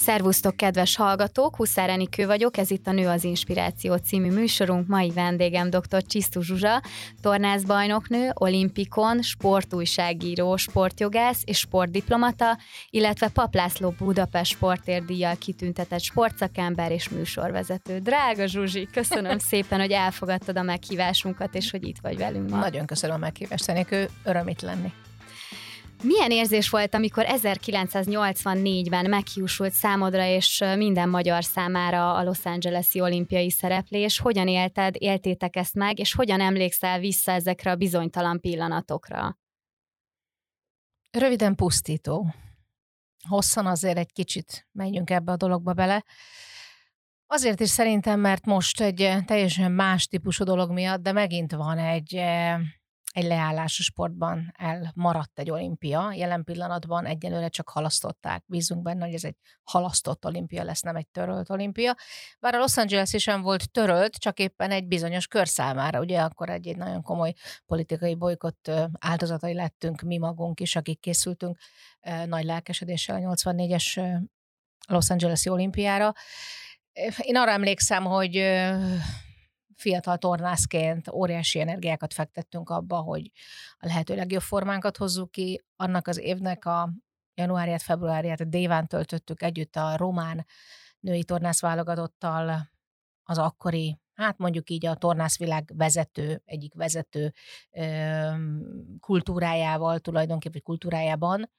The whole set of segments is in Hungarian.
Szervusztok, kedves hallgatók! Huszár Enikő vagyok, ez itt a Nő az Inspiráció című műsorunk. Mai vendégem dr. Csisztus Zsuzsa, tornászbajnoknő, olimpikon, sportújságíró, sportjogász és sportdiplomata, illetve Papp László Budapest sportérdíjjal kitüntetett sportszakember és műsorvezető. Drága Zsuzsi, köszönöm szépen, hogy elfogadtad a meghívásunkat, és hogy itt vagy velünk ma. Nagyon köszönöm a meghívást, Enikő, öröm itt lenni. Milyen érzés volt, amikor 1984-ben meghiúsult számodra és minden magyar számára a Los Angeles-i olimpiai szereplés? Hogyan éltétek ezt meg, és hogyan emlékszel vissza ezekre a bizonytalan pillanatokra? Röviden pusztító. Hosszan azért egy kicsit menjünk ebbe a dologba bele. Azért is szerintem, mert most egy teljesen más típusú dolog miatt, de megint van egy leállás a sportban, elmaradt egy olimpia. Jelen pillanatban egyenlőre csak halasztották. Bízunk benne, hogy ez egy halasztott olimpia lesz, nem egy törölt olimpia. Bár a Los Angeles is sem volt törölt, csak éppen egy bizonyos kör számára. Ugye akkor egy nagyon komoly politikai bolykott áldozatai lettünk mi magunk is, akik készültünk nagy lelkesedéssel a 84-es Los Angeles-i olimpiára. Én arra emlékszem, hogy fiatal tornászként óriási energiákat fektettünk abba, hogy a lehető legjobb formánkat hozzuk ki. Annak az évnek a januárját, februárját a Déván töltöttük együtt a román női tornászválogatottal, az akkori, hát mondjuk így a tornászvilág egyik vezető kultúrájával, tulajdonképpen kultúrájában.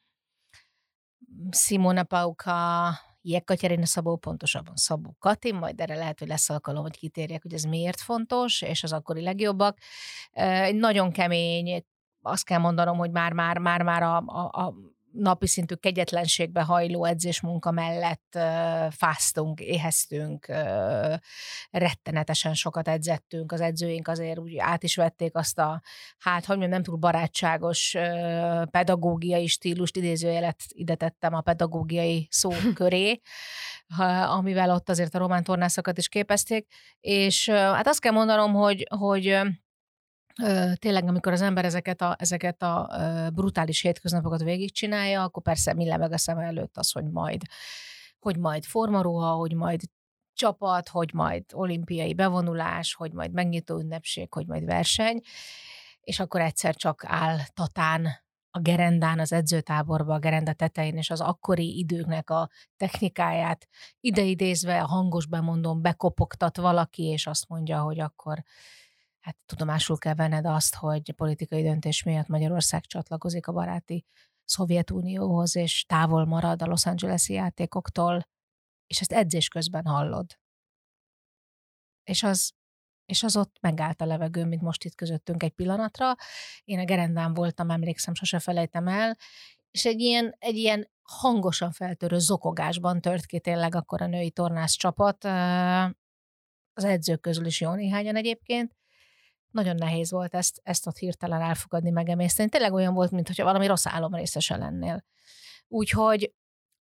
Simona Pauka, Jekaterina Szabó, pontosabban Szabó Kati, majd erre lehet, hogy lesz alkalom, hogy kitérjek, hogy ez miért fontos, és az akkori legjobbak. Nagyon kemény, azt kell mondanom, hogy már a napi szintű kegyetlenségbe hajló edzésmunka mellett fáztunk, éheztünk, rettenetesen sokat edzettünk, az edzőink azért úgy át is vették azt a, nem túl barátságos pedagógiai stílust, idézőjelet ide tettem a pedagógiai szó köré, amivel ott azért a román tornászokat is képezték, és hát azt kell mondanom, hogy tényleg, amikor az ember ezeket a brutális hétköznapokat végigcsinálja, akkor persze mi lebeg a szem előtt az, hogy majd formaruha, hogy majd csapat, hogy majd olimpiai bevonulás, hogy majd megnyitó ünnepség, hogy majd verseny, és akkor egyszer csak áll Tatán a gerendán, az edzőtáborba, a gerenda tetején, és az akkori időknek a technikáját ideidézve, a hangos bemondón bekopogtat valaki, és azt mondja, hogy akkor hát tudomásul kell venned azt, hogy politikai döntés miatt Magyarország csatlakozik a baráti Szovjetunióhoz, és távol marad a Los Angeles-i játékoktól, és ezt edzés közben hallod. És az ott megállt a levegő, mint most itt közöttünk egy pillanatra. Én a gerendán voltam, emlékszem, sose felejtem el, és egy ilyen hangosan feltörő zokogásban tört ki tényleg akkor a női tornász csapat, az edzők közül is jó néhányan egyébként. Nagyon nehéz volt ezt ott hirtelen elfogadni, megemészteni. Tényleg olyan volt, mintha valami rossz álom részese lennél. Úgyhogy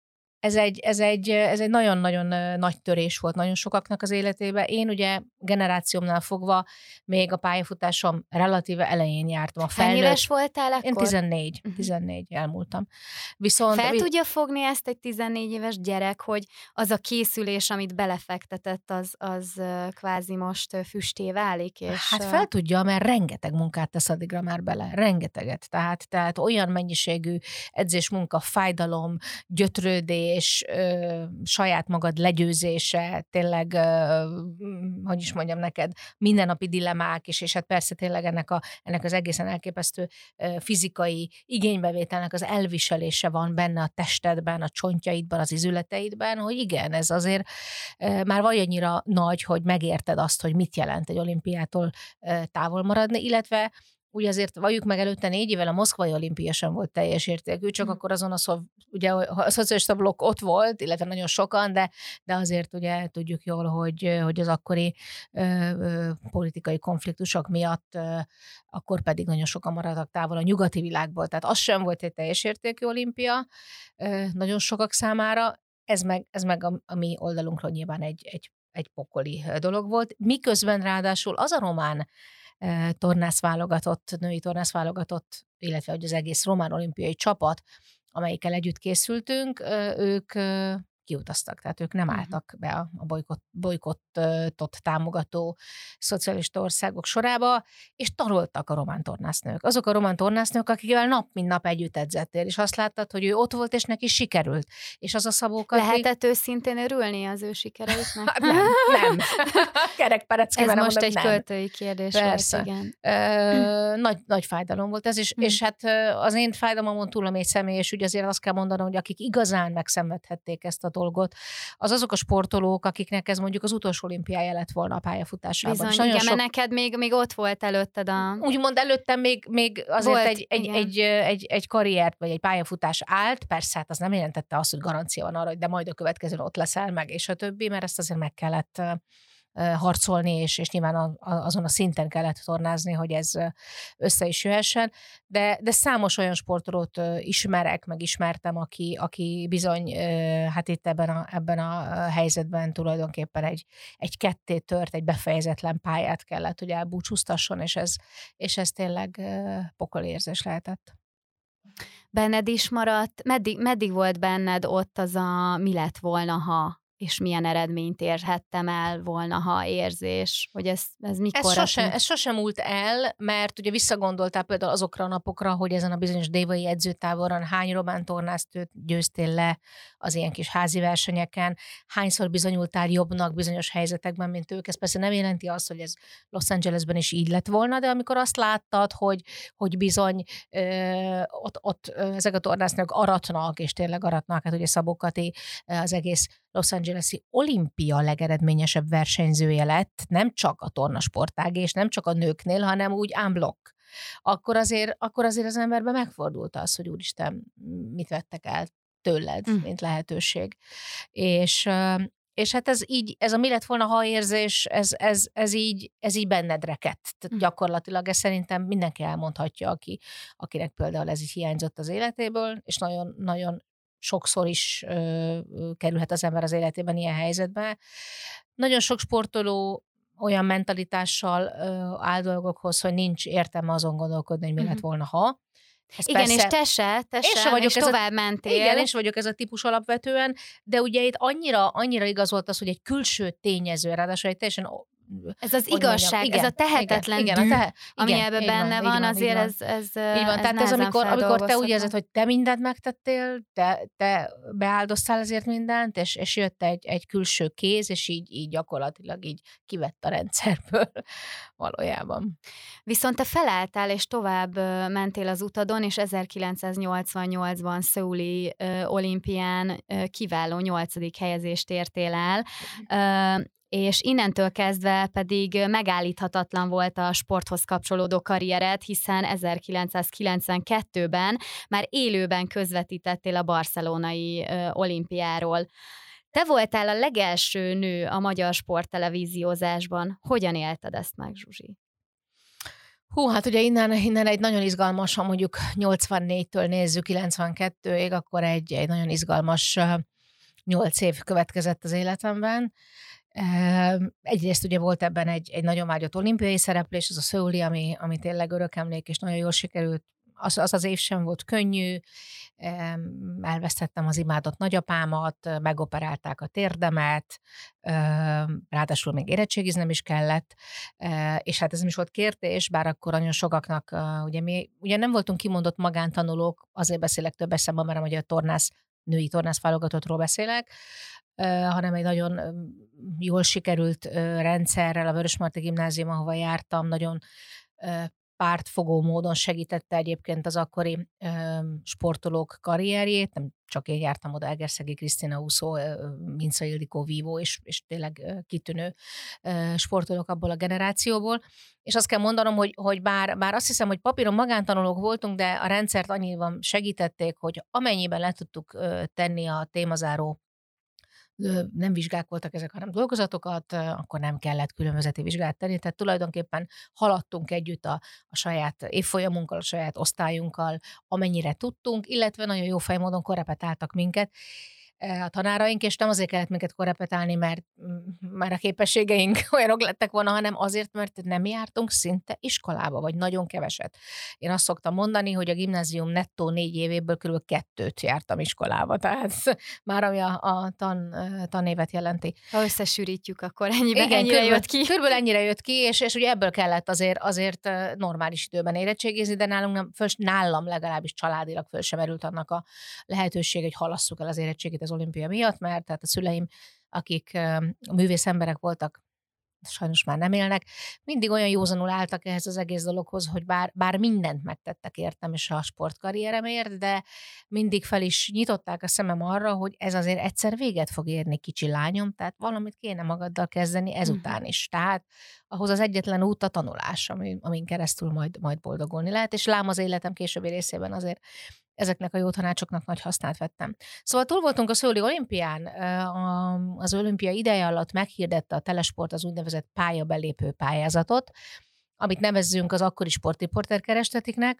ez egy nagyon-nagyon nagy törés volt nagyon sokaknak az életében. Én ugye generációmnál fogva még a pályafutásom relatíve elején jártam. A Hány éves voltál akkor? Én 14 elmúltam. Viszont Fel tudja fogni ezt egy 14 éves gyerek, hogy az a készülés, amit belefektetett, az kvázi most füsté válik? És hát fel tudja, mert rengeteg munkát tesz addigra már bele. Rengeteget. Tehát olyan mennyiségű edzésmunka, fájdalom, gyötrődés, saját magad legyőzése, tényleg, hogy is mondjam neked, mindennapi dilemmák is, és hát persze tényleg ennek az egészen elképesztő fizikai igénybevételnek az elviselése van benne a testedben, a csontjaidban, az izületeidben, hogy igen, ez azért már vagy annyira nagy, hogy megérted azt, hogy mit jelent egy olimpiától távol maradni, illetve ugye azért valljuk meg, előtte 4 évvel a moszkvai olimpia sem volt teljes értékű, csak akkor azon ugye a szocialista blokk ott volt, illetve nagyon sokan, de azért ugye tudjuk jól, hogy az akkori politikai konfliktusok miatt akkor pedig nagyon sokan maradtak távol a nyugati világból, tehát az sem volt egy teljes értékű olimpia nagyon sokak számára, ez meg a mi oldalunkról nyilván egy pokoli dolog volt, miközben ráadásul az a román női tornászválogatott, illetve hogy az egész román olimpiai csapat, amelyikkel együtt készültünk, ők kiutaztak. Tehát ők nem álltak be a bolykottot támogató szocialista országok sorába, és tanultak a román tornásznők. Azok a román tornásznők, akikkel nap mint nap együtt edzettél, és azt láttad, hogy ő ott volt, és neki sikerült. És az a Szabó Kati... Lehetett őszintén örülni az ő sikereiknek? Hát nem. Kerek Perecki, ez most egy nem. Költői kérdés. Persze. Volt, igen. Nagy fájdalom volt ez, és hát az én fájdalmamon túl, ami egy személyes ügy, azért azt kell mondanom, hogy akik igazán megszenvedhették ezt a dolgot, azok a sportolók, akiknek ez mondjuk az utolsó olimpiája lett volna a pályafutásában. Bizony, igen, mert neked még ott volt előtted a... Úgymond előttem még azért volt, egy karriert, vagy egy pályafutás állt, persze, hát az nem jelentette azt, hogy garancia van arra, hogy de majd a következőn ott leszel meg, és a többi, mert ezt azért meg kellett harcolni, és nyilván azon a szinten kellett tornázni, hogy ez össze is jöhessen, de számos olyan sportolót ismerek, meg ismertem, aki bizony, hát itt ebben a helyzetben tulajdonképpen egy ketté tört, egy befejezetlen pályát kellett, hogy elbúcsúztasson, és ez tényleg pokolérzés lehetett. Benned is maradt, meddig volt benned ott az a mi lett volna, ha, és milyen eredményt érhettem el volna, ha érzés, hogy ez mikor? Ez sosem múlt el, mert ugye visszagondoltál például azokra a napokra, hogy ezen a bizonyos dévai edzőtáboron hány román tornáztőt győztél le az ilyen kis házi versenyeken, hányszor bizonyultál jobbnak bizonyos helyzetekben, mint ők. Ez persze nem jelenti azt, hogy ez Los Angelesben is így lett volna, de amikor azt láttad, hogy bizony ott ezek a tornásznők aratnak, és tényleg aratnak, hát ugye Szabó Kati az egész Los Angeles-i olimpia legeredményesebb versenyzője lett, nem csak a tornasportág, és nem csak a nőknél, hanem úgy unblock. Akkor azért az emberben megfordult az, hogy úristen, mit vettek el tőled, mint lehetőség. És hát ez a mi lett volna, ha érzés, ez így benned rekedt. Tehát gyakorlatilag ezt szerintem mindenki elmondhatja, akinek például ez így hiányzott az életéből, és nagyon, nagyon sokszor is kerülhet az ember az életében ilyen helyzetbe. Nagyon sok sportoló olyan mentalitással áll dolgokhoz, hogy nincs értelme azon gondolkodni, hogy mi lett volna, ha. Igen, persze, és te se vagyok, és tovább mentél. Igen, és vagyok ez a típus alapvetően, de ugye itt annyira igaz volt az, hogy egy külső tényező, ráadásul egy teljesen... Ez az igazság, igen, ez a tehetetlen dű, ami ebben benne van, azért ez így van, tehát ez amikor te úgy érzed, hogy te mindent megtettél, te beáldoztál ezért mindent, és jött egy külső kéz, és így gyakorlatilag így kivett a rendszerből valójában. Viszont te felálltál, és tovább mentél az utadon, és 1988-ban Szöuli olimpián kiváló 8. helyezést értél el, és innentől kezdve pedig megállíthatatlan volt a sporthoz kapcsolódó karriered, hiszen 1992-ben már élőben közvetítettél a barcelonai olimpiáról. Te voltál a legelső nő a magyar sporttelevíziózásban. Hogyan élted ezt meg, Zsuzsi? Hát ugye innen egy nagyon izgalmas, ha mondjuk 84-től nézzük 92-ig, akkor egy nagyon izgalmas 8 év következett az életemben. Egyrészt ugye volt ebben egy nagyon vágyott olimpiai szereplés, az a Szöuli, ami tényleg örök emlék, és nagyon jól sikerült. Az év sem volt könnyű, elvesztettem az imádott nagyapámat, megoperálták a térdemet, ráadásul még érettségiznem is kellett, és hát ez nem is volt kérdés, bár akkor nagyon sokaknak, ugye nem voltunk kimondott magántanulók, azért beszélek több eszemben, mert ugye a női tornász válogatottról beszélek, hanem egy nagyon jól sikerült rendszerrel, a Vörösmarty Gimnázium, ahova jártam, nagyon pártfogó módon segítette egyébként az akkori sportolók karrierjét, nem csak én jártam oda, Egerszegi Krisztina úszó, Minca Ildikó vívó, és tényleg kitűnő sportolók abból a generációból. És azt kell mondanom, hogy bár azt hiszem, hogy papíron magántanulók voltunk, de a rendszert annyiban segítették, hogy amennyiben le tudtuk tenni a témazáró, nem vizsgák voltak ezek, hanem dolgozatokat, akkor nem kellett különbözeti vizsgát tenni, tehát tulajdonképpen haladtunk együtt a saját évfolyamunkkal, a saját osztályunkkal, amennyire tudtunk, illetve nagyon jó fejmódon korrepetáltak minket. a tanáraink, és nem azért kellett minket korrepetálni, mert már a képességeink olyanok lettek volna, hanem azért, mert nem jártunk szinte iskolába, vagy nagyon keveset. Én azt szoktam mondani, hogy a gimnázium nettó 4 évéből kb. 2 jártam iskolába, tehát már ami a tanévet jelenti. Ha összesűrítjük, akkor ennyire Igen, jött ki. Körülbelül ennyire jött ki, és ugye ebből kellett azért normális időben érettségizni, de nálam legalábbis családilag föl sem erült annak a lehetőség, hogy halasszuk el az érettségit az olimpia miatt, mert tehát a szüleim, akik művész emberek voltak, sajnos már nem élnek, mindig olyan józanul álltak ehhez az egész dologhoz, hogy bár mindent megtettek értem és a sportkarrieremért, de mindig fel is nyitották a szemem arra, hogy ez azért egyszer véget fog érni, kicsi lányom, tehát valamit kéne magaddal kezdeni ezután is. Tehát ahhoz az egyetlen út a tanulás, amin keresztül majd boldogulni lehet, és lám az életem későbbi részében azért ezeknek a jó tanácsoknak nagy hasznát vettem. Szóval túl voltunk a Szöuli olimpián, az olimpia ideje alatt meghirdette a Telesport az úgynevezett pályabelépő pályázatot, amit nevezzünk az akkori sportriporter kerestetiknek,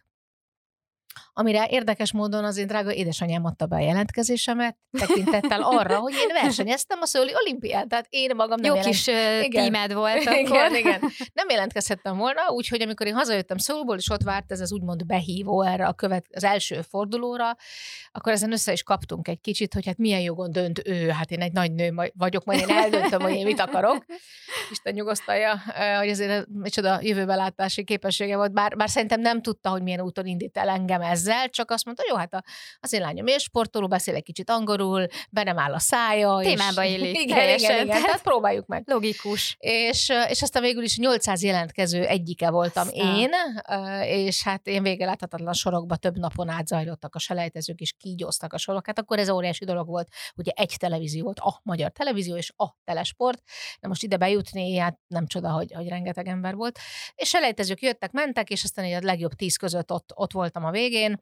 amire érdekes módon az én drága édesanyám adta be a jelentkezésemet, tekintettel arra, hogy én versenyeztem a Szöuli olimpián, tehát én magam nem jó kis tímed volt akkor. Igen. Nem jelentkezhettem volna, úgyhogy amikor én hazajöttem Szöulból, és ott várt ez az úgymond behívó erre az első fordulóra, akkor ezen össze is kaptunk egy kicsit, hogy hát milyen jogon dönt ő, hát én egy nagy nő vagyok, majd én eldöntöm, hogy én mit akarok. Isten nyugosztalja, hogy azért micsoda jövőbelátási képessége volt, bár szerintem nem tudta, hogy milyen úton indít el engem ezzel, csak azt mondta, jó, hát az én lányom élsportoló, beszél egy kicsit angolul, be nem áll a szája. Témába illik. Igen, tehát próbáljuk meg. Logikus. És aztán végül is 800 jelentkező egyike voltam én, és hát én végeláthatatlan sorokba több napon át zajlottak a selejtezők, és kígyóztak a sorok. Hát akkor ez óriási dolog volt, ugye egy televízió volt, a Magyar Televízió és a Telesport, de most ide bejutni, hát nem csoda, hogy rengeteg ember volt. És selejtezők jöttek, mentek, és aztán a legjobb 10 között ott voltam a végén,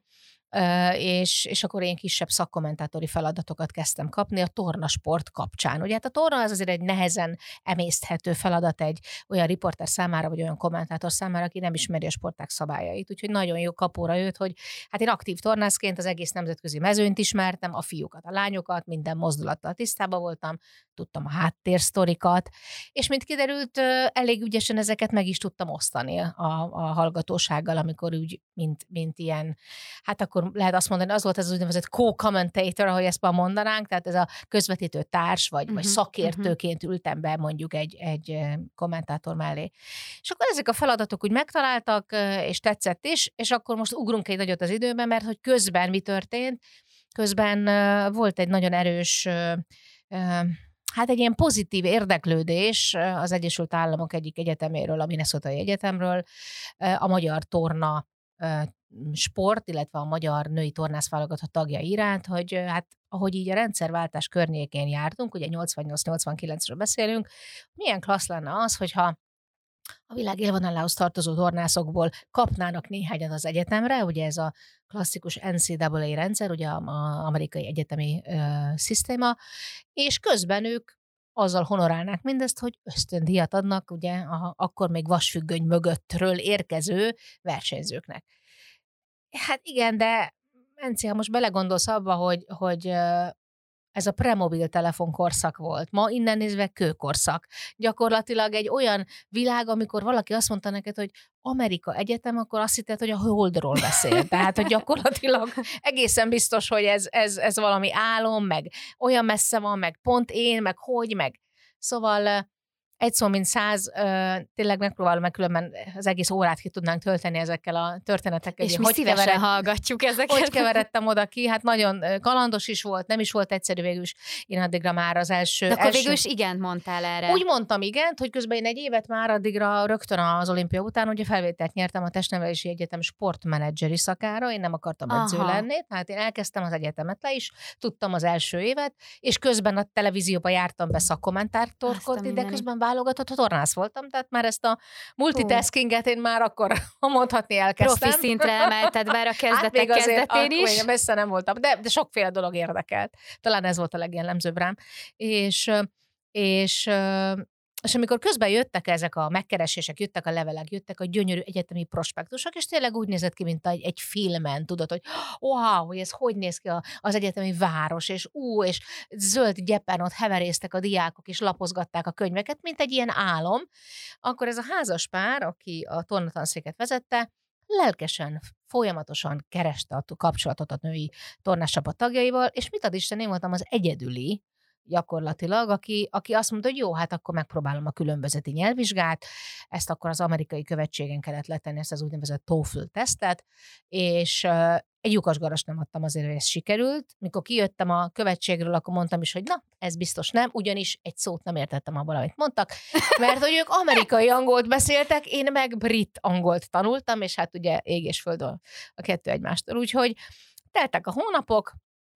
és akkor én kisebb szakkommentátori feladatokat kezdtem kapni a tornasport kapcsán. Ugye hát a torna az azért egy nehezen emészthető feladat egy olyan riporter számára, vagy olyan kommentátor számára, aki nem ismeri a sportág szabályait. Úgyhogy nagyon jó kapóra jött, hogy hát én aktív tornászként az egész nemzetközi mezőnyt ismertem, a fiúkat, a lányokat, minden mozdulattal tisztában voltam, tudtam a háttérsztorikat, és mint kiderült, elég ügyesen ezeket meg is tudtam osztani a hallgatósággal, amikor úgy, mint ilyen, hát akkor lehet azt mondani, az volt ez az úgynevezett co-commentator, ahogy ezt ma mondanánk, tehát ez a közvetítő társ, vagy szakértőként ültem be mondjuk egy kommentátor mellé. És akkor ezek a feladatok úgy megtaláltak, és tetszett is, és akkor most ugrunk egy nagyot az időben, mert hogy közben mi történt? Közben volt egy nagyon erős hát egy ilyen pozitív érdeklődés az Egyesült Államok egyik egyeteméről, a Minnesotai Egyetemről, a magyar torna sport, illetve a magyar női tornász válogatott tagja iránt, hogy hát ahogy így a rendszerváltás környékén jártunk, ugye 88-89-ről beszélünk, milyen klassz lenne az, hogyha a világ élvonalához tartozó tornászokból kapnának néhányan az egyetemre, ugye ez a klasszikus NCAA rendszer, ugye az amerikai egyetemi szisztéma, és közben ők azzal honorálnák mindezt, hogy ösztöndíjat adnak ugye akkor még vasfüggöny mögöttről érkező versenyzőknek. Hát igen, de Enci, ha most belegondolsz abba, hogy ez a premobil telefon korszak volt. Ma innen nézve kőkorszak. Gyakorlatilag egy olyan világ, amikor valaki azt mondta neked, hogy Amerika Egyetem, akkor azt hitted, hogy a Holdról beszél. Tehát, hogy gyakorlatilag egészen biztos, hogy ez valami álom, meg olyan messze van, meg pont én, meg Szóval egy szó, mint 100, tényleg megpróbálom, meg különben az egész órát ki tudnánk tölteni ezekkel a történetekkel. És mi szívesen hallgatjuk ezeket. Hogy keveredtem oda ki? Hát nagyon kalandos is volt, nem is volt egyszerű végül is. Én addigra már az első... De akkor végül is igent mondtál erre. Úgy mondtam igent, hogy közben én egy évet már addigra rögtön az olimpia után, ugye felvételt nyertem a Testnevelési Egyetem sportmenedzseri szakára, én nem akartam edző lenni, tehát én elkezdtem az egyetemet le is, tudtam az első évet, és közben a televízióba jártam be szakkommentátorkodni, de közben válogatott tornász voltam, tehát már ezt a multitaskinget én már akkor mondhatni elkezdtem. Profi szintre emelted már a kezdetek kezdetén is. Még messze nem voltam, de sokféle dolog érdekelt. Talán ez volt a legjellemzőbb rám. És És amikor közben jöttek ezek a megkeresések, jöttek a levelek, jöttek a gyönyörű egyetemi prospektusok, és tényleg úgy nézett ki, mint egy filmen, tudod, hogy wow, hogy ez hogy néz ki az egyetemi város, és zöld gyepen ott heverésztek a diákok, és lapozgatták a könyveket, mint egy ilyen álom. Akkor ez a házas pár, aki a tornatanszéket vezette, lelkesen, folyamatosan kereste a kapcsolatot a női tornáscsapat tagjaival, és mit ad Isten, én voltam az egyedüli, gyakorlatilag, aki azt mondta, hogy jó, hát akkor megpróbálom a különbözeti nyelvvizsgát, ezt akkor az amerikai követségen kellett letenni, ezt az úgynevezett TOEFL tesztet, és egy lyukasgaras nem adtam azért, hogy ez sikerült. Mikor kijöttem a követségről, akkor mondtam is, hogy na, ez biztos nem, ugyanis egy szót nem értettem abból, amit mondtak, mert hogy ők amerikai angolt beszéltek, én meg brit angolt tanultam, és hát ugye ég és föld a kettő egymástól. Úgyhogy teltek a hónapok,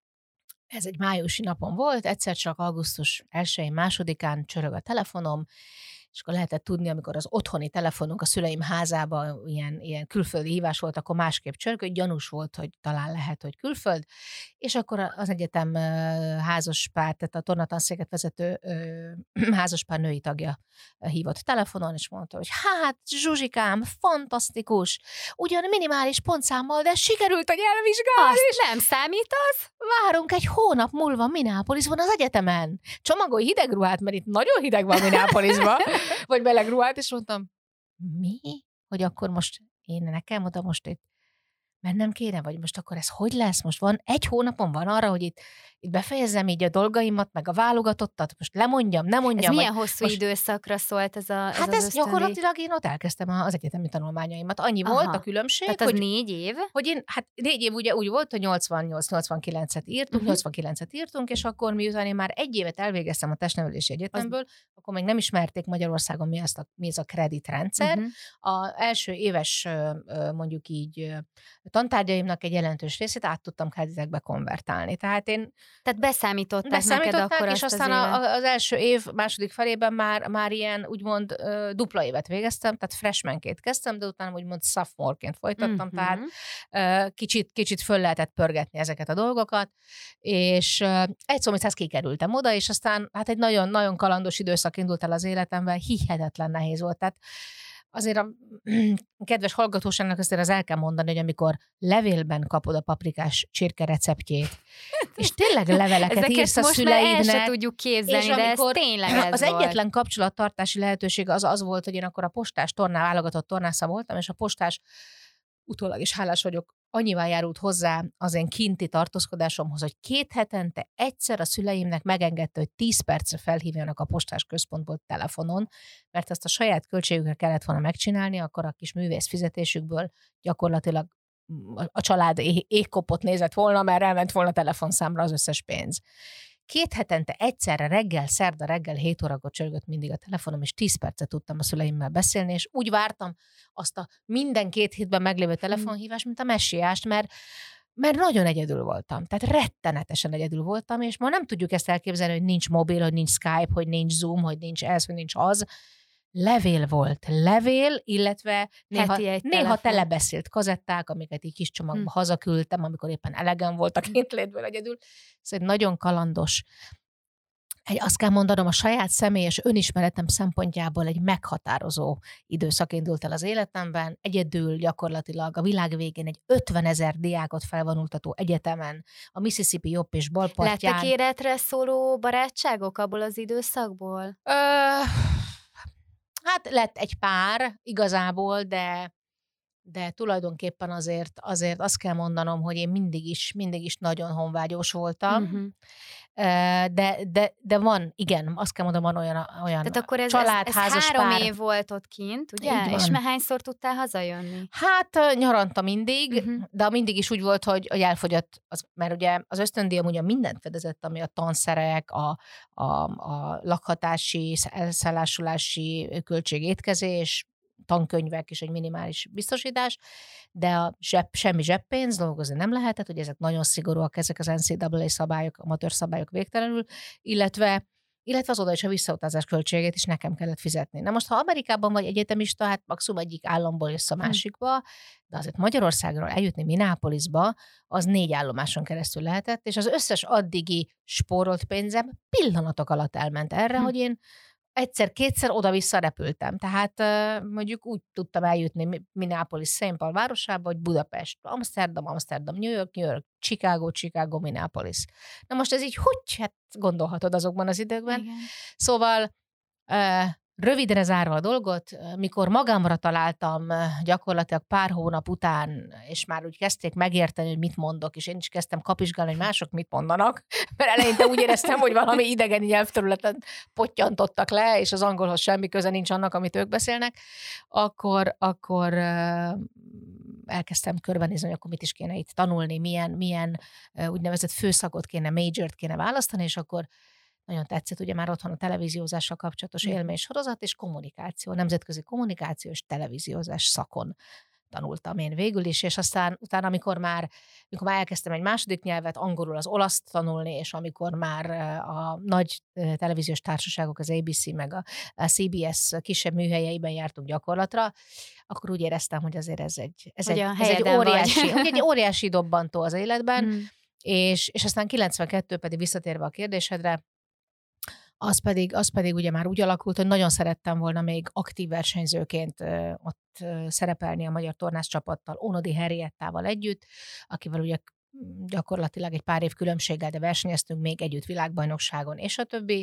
ez egy májusi napon volt, egyszer csak augusztus 1-én, 2-án csörög a telefonom, és akkor lehetett tudni, amikor az otthoni telefonunk a szüleim házában ilyen külföldi hívás volt, akkor másképp csörgött, gyanús volt, hogy talán lehet, hogy külföld, és akkor az egyetem házaspár, tehát a tornatanszéket vezető házaspár női tagja hívott telefonon, és mondta, hogy hát Zsuzsikám, fantasztikus, ugyan minimális pontszámmal, de sikerült a nyelvvizsgál. Azt nem számít az? Várunk egy hónap múlva Minneapolisban az egyetemen. Csomagolj hideg ruhát, mert itt nagyon hideg van Minneapolisban, vagy meleg ruhát, és mondtam, mi? Hogy akkor most nekem oda most itt mennem kéne, vagy most akkor ez hogy lesz? Most van egy hónapom van arra, hogy itt befejezzem így a dolgaimat, meg a válogatottat, most lemondjam, nem mondjam. Ez milyen hosszú időszakra szólt ez Hát ez gyakorlatilag én ott elkezdtem az egyetemi tanulmányaimat. Annyi volt a különbség, tehát az 4 év? Hogy én, hát 4 év ugye úgy volt, hogy 88-89-et írtunk, 89-et írtunk, és akkor miután én már 1 évet elvégeztem a testnevelési egyetemből, akkor még nem ismerték Magyarországon mi ez a kreditrendszer. Az első éves mondjuk így tantárgyaimnak egy jelentős részét át tudtam kreditekbe konvertálni. Tehát beszámították neked akkor és aztán az első év második felében már ilyen úgymond dupla évet végeztem, tehát freshmanként kezdtem, de utána úgymond sophomore-ként folytattam, tehát kicsit föl lehetett pörgetni ezeket a dolgokat, és egy szó, kikerültem oda, és aztán hát egy nagyon-nagyon kalandos időszak indult el az életemben, hihetetlen nehéz volt, tehát azért a kedves hallgatóságnak azért az el kell mondani, hogy amikor levélben kapod a paprikás csirke receptjét, és tényleg leveleket írsz a szüleidnek. Most már el se tudjuk képzelni, de ez tényleg ez az volt. egyetlen kapcsolattartási lehetőség az volt, hogy én akkor a postás válogatott tornásza voltam, és a postás, utólag is hálás vagyok, annyival járult hozzá az én kinti tartózkodásomhoz, hogy 2 hetente egyszer a szüleimnek megengedte, hogy 10 percre felhívjanak a postás központból telefonon, mert ezt a saját költségükre kellett volna megcsinálni, akkor a kis művész fizetésükből gyakorlatilag a család égkopot nézett volna, mert elment volna telefonszámra az összes pénz. 2 hetente egyszerre reggel, szerda reggel 7 órakor csörgött mindig a telefonom, és 10 percet tudtam a szüleimmel beszélni, és úgy vártam azt a minden 2 hétben meglévő telefonhívást, mint a messiást, mert nagyon egyedül voltam. Tehát rettenetesen egyedül voltam, és ma nem tudjuk ezt elképzelni, hogy nincs mobil, hogy nincs Skype, hogy nincs Zoom, hogy nincs ez, hogy nincs az. Levél volt. Levél, illetve néha telebeszélt kazetták, amiket így kis csomagba hazaküldtem, amikor éppen elegem volt a kintlétből egyedül. Ez egy nagyon kalandos. Azt kell mondanom, a saját személyes önismeretem szempontjából egy meghatározó időszak indult el az életemben. Egyedül gyakorlatilag a világ végén egy 50 000 diákot felvonultató egyetemen, a Mississippi jobb és bal partján. Lettek életre szóló barátságok abból az időszakból? Hát lett egy pár igazából, de tulajdonképpen azért azt kell mondanom, hogy én mindig is nagyon honvágyós voltam. De van, igen, azt kell mondanom, van olyan tehát akkor ez 3 év volt ott kint, ugye? És hányszor tudtál hazajönni? Hát nyaranta mindig, de mindig is úgy volt, hogy elfogyott, mert ugye az ösztöndíjam ugye mindent fedezett, ami a tanszerek, a lakhatási, elszállásolási költség, étkezés, tankönyvek és egy minimális biztosítás, de semmi zseppénz, dolgozni nem lehetett, hogy ezek nagyon szigorúak, ezek az NCAA szabályok, amatőr szabályok végtelenül, illetve az oda és a visszautazás költségét is nekem kellett fizetni. Na most, ha Amerikában vagy egyetemista, hát maximum egyik államból jössz a másikba, de azért Magyarországról eljutni Minneapolisba, az 4 állomáson keresztül lehetett, és az összes addigi spórolt pénzem pillanatok alatt elment erre, hogy én egyszer-kétszer oda-vissza repültem. Tehát mondjuk úgy tudtam eljutni Minneapolis, Saint Paul városába, hogy Budapest, Amsterdam, New York, Chicago, Minneapolis. Na most ez így hát gondolhatod azokban az időkben. Igen. Szóval rövidre zárva a dolgot, mikor magamra találtam gyakorlatilag pár hónap után, és már úgy kezdték megérteni, hogy mit mondok, és én is kezdtem kapizsgálni, hogy mások mit mondanak, mert eleinte úgy éreztem, hogy valami idegen nyelvterületen pottyantottak le, és az angolhoz semmi köze nincs annak, amit ők beszélnek, akkor elkezdtem körbenézni, hogy akkor mit is kéne itt tanulni, milyen úgynevezett főszakot kéne, majort kéne választani, és akkor nagyon tetszett, ugye már otthon a televíziózással kapcsolatos élménysorozat és kommunikáció, nemzetközi kommunikáció és televíziózás szakon tanultam én végül is, és aztán utána, amikor már elkezdtem egy második nyelvet, angolul az olaszt tanulni, és amikor már a nagy televíziós társaságok, az ABC meg a CBS kisebb műhelyeiben jártunk gyakorlatra, akkor úgy éreztem, hogy azért ez egy óriási dobbantó az életben, és aztán 92 pedig visszatérve a kérdésedre, az pedig ugye már úgy alakult, hogy nagyon szerettem volna még aktív versenyzőként ott szerepelni a magyar tornász csapattal, Ónodi Henriettával együtt, akivel ugye gyakorlatilag egy pár év különbséggel, de versenyeztünk még együtt világbajnokságon, és a többi.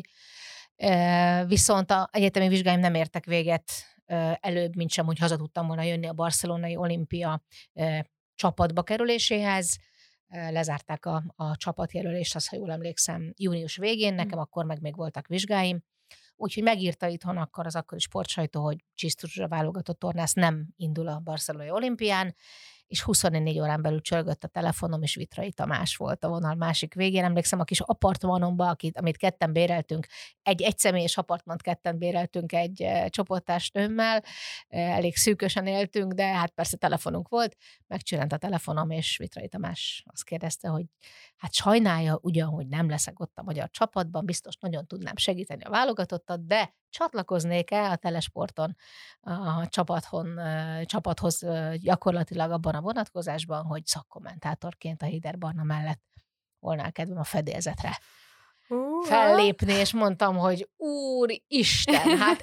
Viszont az egyetemi vizsgáim nem értek véget előbb, mint sem, hogy haza tudtam volna jönni a barcelonai olimpia csapatba kerüléséhez. Lezárták a csapatjelölést, azt, ha jól emlékszem, június végén, nekem akkor meg még voltak vizsgáim. Úgyhogy megírta itthon akkor az akkori sportsajtó, hogy Csisztus Zsuzsa válogatott tornász nem indul a barcelonai olimpián, és 24 órán belül csörgött a telefonom, és Vitrai Tamás volt a vonal másik végén. Emlékszem, a kis apartmanomba, amit ketten béreltünk, egy egyszemélyes apartmant ketten béreltünk egy csoporttársnőmmel, elég szűkösen éltünk, de hát persze telefonunk volt, megcsillant a telefonom, és Vitrai Tamás azt kérdezte, hogy hát sajnálja ugyan, hogy nem leszek ott a magyar csapatban, biztos nagyon tudnám segíteni a válogatottat, de csatlakoznék-e a Telesporton a csapathoz gyakorlatilag abban a vonatkozásban, hogy szakkommentátorként a Héder Barna mellett volna kedvem a fedélzetre fellépni, és mondtam, hogy Úristen, hát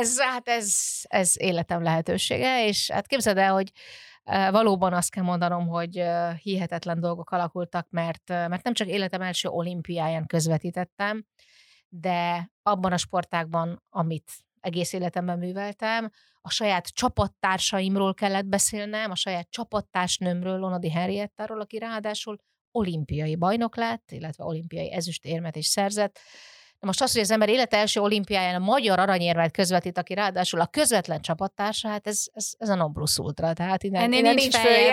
ez életem lehetősége, és hát képzeld el, hogy valóban azt kell mondanom, hogy hihetetlen dolgok alakultak, mert nem csak életem első olimpiáján közvetítettem, de abban a sportágban, amit egész életemben műveltem, a saját csapattársaimról kellett beszélnem, a saját csapattársnőmről, Ónodi Henriettáról, aki ráadásul olimpiai bajnok lett, illetve olimpiai ezüstérmet is szerzett. Na most az, hogy az ember élete első olimpiáján a magyar aranyérmet közvetít, aki ráadásul a közvetlen csapattársa, hát ez a non plus ultra, tehát innen nincs följebb.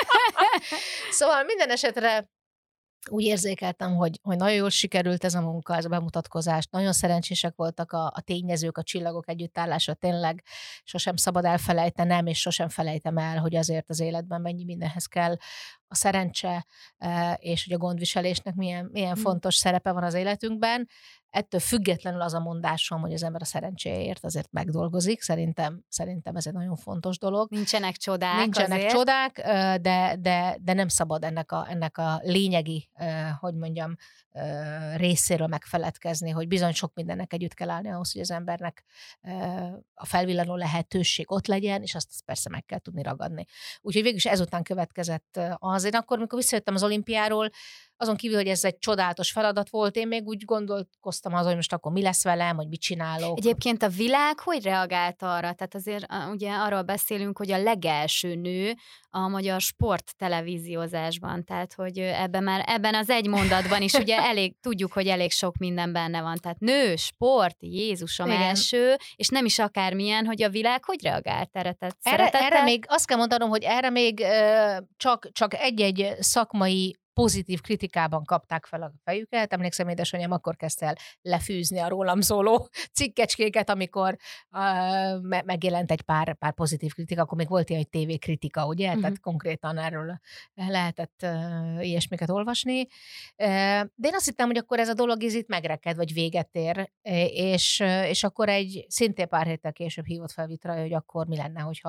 Szóval minden esetre úgy érzékeltem, hogy nagyon jól sikerült ez a munka, ez a bemutatkozás. Nagyon szerencsések voltak a tényezők, a csillagok együttállása, tényleg sosem szabad elfelejtenem, és sosem felejtem el, hogy azért az életben mennyi mindenhez kell a szerencse, és hogy a gondviselésnek milyen fontos szerepe van az életünkben. Ettől függetlenül az a mondásom, hogy az ember a szerencséért azért megdolgozik. Szerintem ez egy nagyon fontos dolog. Nincsenek csodák, de nem szabad ennek a lényegi, hogy mondjam, részéről megfeledkezni, hogy bizony sok mindennek együtt kell állni ahhoz, hogy az embernek a felvillanó lehetőség ott legyen, és azt persze meg kell tudni ragadni. Úgyhogy végülis ezután következett az. Én akkor, amikor visszajöttem az olimpiáról, azon kívül, hogy ez egy csodálatos feladat volt, én még úgy gondolkoztam azon, hogy most akkor mi lesz velem, hogy mit csinálok. Egyébként a világ hogy reagált arra? Tehát azért ugye arról beszélünk, hogy a legelső nő a magyar sport televíziózásban, tehát hogy ebben az egy mondatban is ugye tudjuk, hogy elég sok minden benne van. Tehát nő, sport, Jézusom, első, és nem is akármilyen, hogy a világ hogy reagált erre? Erre még azt kell mondanom, hogy erre még csak egy-egy szakmai pozitív kritikában kapták fel a fejüket. Emlékszem, édesanyám akkor kezdte el lefűzni a rólam szóló cikkecskéket, amikor megjelent egy pár pozitív kritika, akkor még volt ilyen, hogy tévékritika, ugye? Tehát konkrétan erről lehetett ilyesmiket olvasni. De én azt hittem, hogy akkor ez a dolog itt megreked, vagy véget ér, és akkor szintén pár héttel később hívott fel Vitrai, hogy akkor mi lenne, hogyha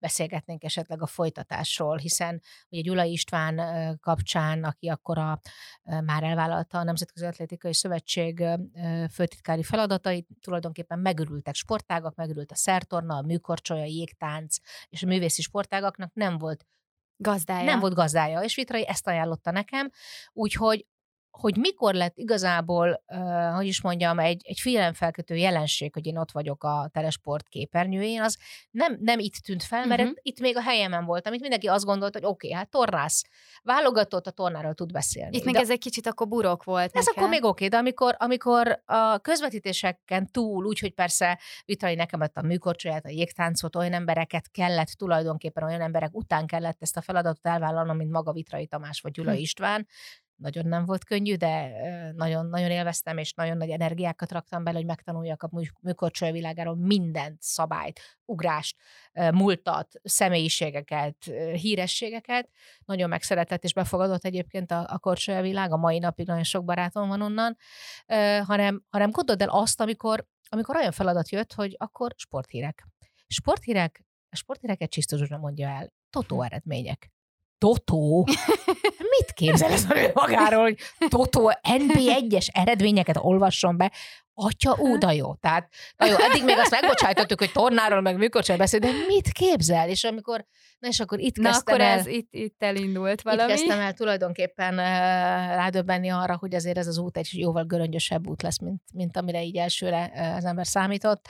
beszélgetnénk esetleg a folytatásról, hiszen ugye Gyula István kapcsán, aki akkor már elvállalta a Nemzetközi Atlétikai Szövetség főtitkári feladatait, tulajdonképpen megörültek sportágak, megörült a szertorna, a műkorcsolya, a jégtánc és a művészi sportágaknak nem volt gazdája, és Vitrai ezt ajánlotta nekem, úgyhogy hogy mikor lett igazából, hogy is mondjam, egy figyelemfelkeltő jelenség, hogy én ott vagyok a telesport képernyőjén, az nem itt tűnt fel, mert itt még a helyemen volt, amit mindenki azt gondolta, hogy oké, hát tornász, válogatott, a tornáról tud beszélni. Itt még ez egy kicsit akkor burok volt. Ez akkor még oké, de amikor a közvetítéseken túl, úgyhogy persze Vitrai nekem adta a műkorcsolyát, a jégtáncot, olyan embereket kellett tulajdonképpen, olyan emberek után kellett ezt a feladatot elvállalnom, mint maga Vitrai Tamás vagy Gyula István. Nagyon nem volt könnyű, de nagyon, nagyon élveztem, és nagyon nagy energiákat raktam bele, hogy megtanuljak a műkorcsolya világáról mindent, szabályt, ugrást, múltat, személyiségeket, hírességeket. Nagyon megszeretett és befogadott egyébként a korcsolya világ, a mai napig nagyon sok barátom van onnan, hanem gondold el azt, amikor olyan feladat jött, hogy akkor sporthírek. Sporthíreket Csisztus Zsuzsa mondja el. Totó eredmények. Totó? Mit képzel ez a nő magáról, hogy Totó NB1-es eredményeket olvasson be? Atya, de jó. Tehát, na jó, eddig még azt megbocsájtottuk, hogy tornáról, meg műkorcsolyáról beszél, de mit képzel? És akkor itt kezdtem akkor el... ez itt elindult valami. Itt kezdtem el tulajdonképpen rádöbbenni arra, hogy azért ez az út egy jóval göröngyösebb út lesz, mint amire így elsőre az ember számított.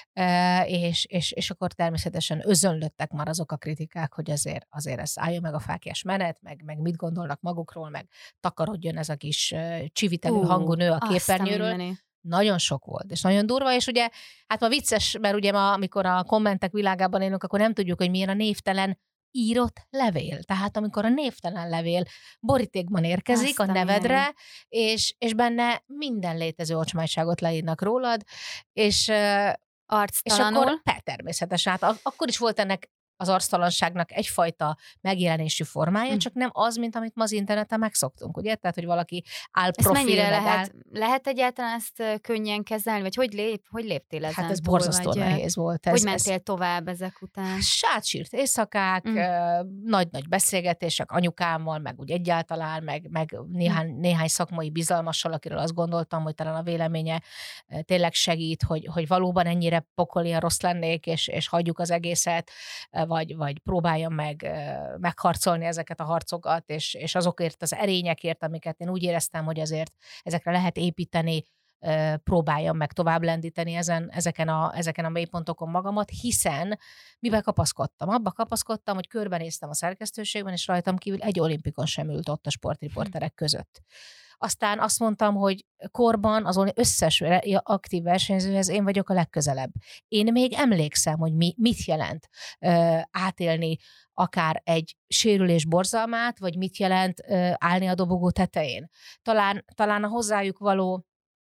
És akkor természetesen özönlöttek már azok a kritikák, hogy azért ez álljon meg a fáklyás menet, meg mit gondolnak magukról, meg takarodjon ez a kis csivitelű hangú nő a képernyőről. Nagyon sok volt, és nagyon durva, és ugye, hát ma vicces, mert ugye amikor a kommentek világában élünk, akkor nem tudjuk, hogy milyen a névtelen írott levél. Tehát amikor a névtelen levél borítékban érkezik a nevedre, és benne minden létező ocsmályságot leírnak rólad, és akkor természetesen, hát akkor is volt ennek az arctalanságnak egyfajta megjelenésű formája, csak nem az, mint amit ma az interneten megszoktunk, ugye? Tehát, hogy valaki álprofilre lehet egyáltalán ezt könnyen kezelni, vagy hogy léptél ezen? Hát ez borzasztó nehéz volt. Hogy mentél tovább ezek után? Sátsírt éjszakák, nagy-nagy beszélgetések anyukámmal, meg úgy egyáltalán, meg néhány szakmai bizalmassal, akiről azt gondoltam, hogy talán a véleménye tényleg segít, hogy valóban ennyire pokolian rossz lennék, és hagyjuk az egészet, vagy próbáljam megharcolni ezeket a harcokat, és azokért az erényekért, amiket én úgy éreztem, hogy azért ezekre lehet építeni, próbáljam meg tovább lendíteni ezeken a mélypontokon magamat, hiszen miben kapaszkodtam? Abba kapaszkodtam, hogy körbenéztem a szerkesztőségben, és rajtam kívül egy olimpikon sem ült ott a sportriporterek között. Aztán azt mondtam, hogy korban az összes aktív versenyzőhez én vagyok a legközelebb. Én még emlékszem, hogy mit jelent átélni akár egy sérülés borzalmát, vagy mit jelent állni a dobogó tetején. Talán a hozzájuk való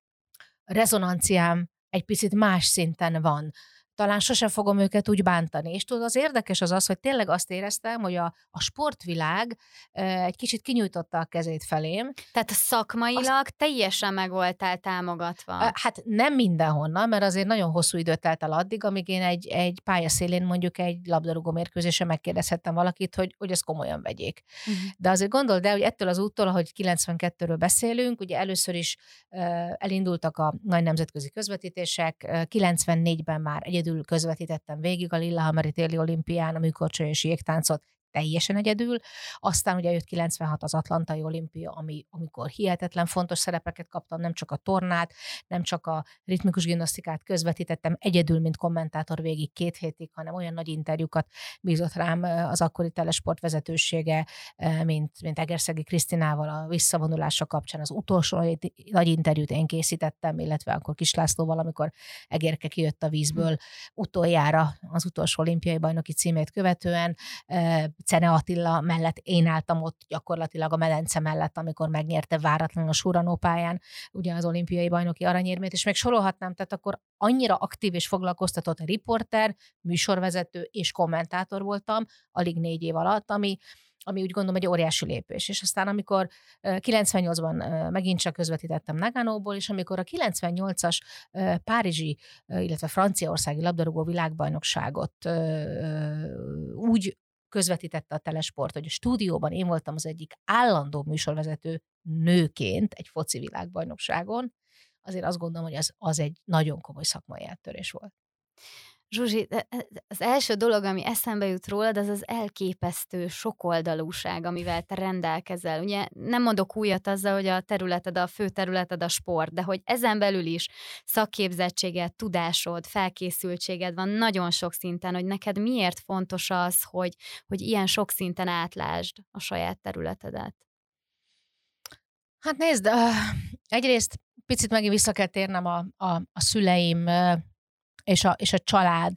rezonanciám egy picit más szinten van. Talán sosem fogom őket úgy bántani. És tudod, az érdekes az, hogy tényleg azt éreztem, hogy a sportvilág egy kicsit kinyújtotta a kezét felém. Tehát szakmailag teljesen meg voltál támogatva. Hát nem mindenhonnan, mert azért nagyon hosszú időt telt el addig, amíg én egy pályaszélén mondjuk egy labdarúgó mérkőzésen megkérdezhettem valakit, hogy ezt komolyan vegyék. De azért gondold el, hogy ettől az úttól, ahogy 92-ről beszélünk, ugye először is elindultak a nagy nemzetközi közvetítések, 94-ben már egyedül közvetítettem végig a Lillehammeri téli olimpián a műkorcsolya és jégtáncot, teljesen egyedül. Aztán ugye jött 96 az Atlantai olimpia, amikor hihetetlen fontos szerepeket kaptam, nem csak a tornát, nem csak a ritmikus gimnasztikát közvetítettem egyedül, mint kommentátor végig 2 hétig, hanem olyan nagy interjúkat bízott rám az akkori Telesport vezetősége, mint Egerszegi Krisztinával a visszavonulása kapcsán. Az utolsó nagy interjút én készítettem, illetve akkor Kis Lászlóval, amikor Egerke kijött a vízből utoljára az utolsó olimpiai bajnoki címét követően. Czene Attila mellett én álltam ott gyakorlatilag a medence mellett, amikor megnyerte váratlanul a Suranó pályán ugye az olimpiai bajnoki aranyérmét, és még sorolhatnám, tehát akkor annyira aktív és foglalkoztatott riporter, műsorvezető és kommentátor voltam alig 4 év alatt, ami úgy gondolom egy óriási lépés. És aztán amikor 98-ban megint csak közvetítettem Nagánóból, és amikor a 98-as párizsi, illetve franciaországi labdarúgó világbajnokságot úgy közvetítette a Telesport, hogy a stúdióban én voltam az egyik állandó műsorvezető nőként egy foci világbajnokságon, azért azt gondolom, hogy az egy nagyon komoly szakmai áttörés volt. Zsuzsi, az első dolog, ami eszembe jut rólad, az az elképesztő sokoldalúság, amivel te rendelkezel. Ugye nem mondok újat azzal, hogy a fő területed a sport, de hogy ezen belül is szakképzettséged, tudásod, felkészültséged van nagyon sok szinten, hogy neked miért fontos az, hogy ilyen sok szinten átlásd a saját területedet? Hát nézd, egyrészt picit megint vissza kell térnem a szüleim és a család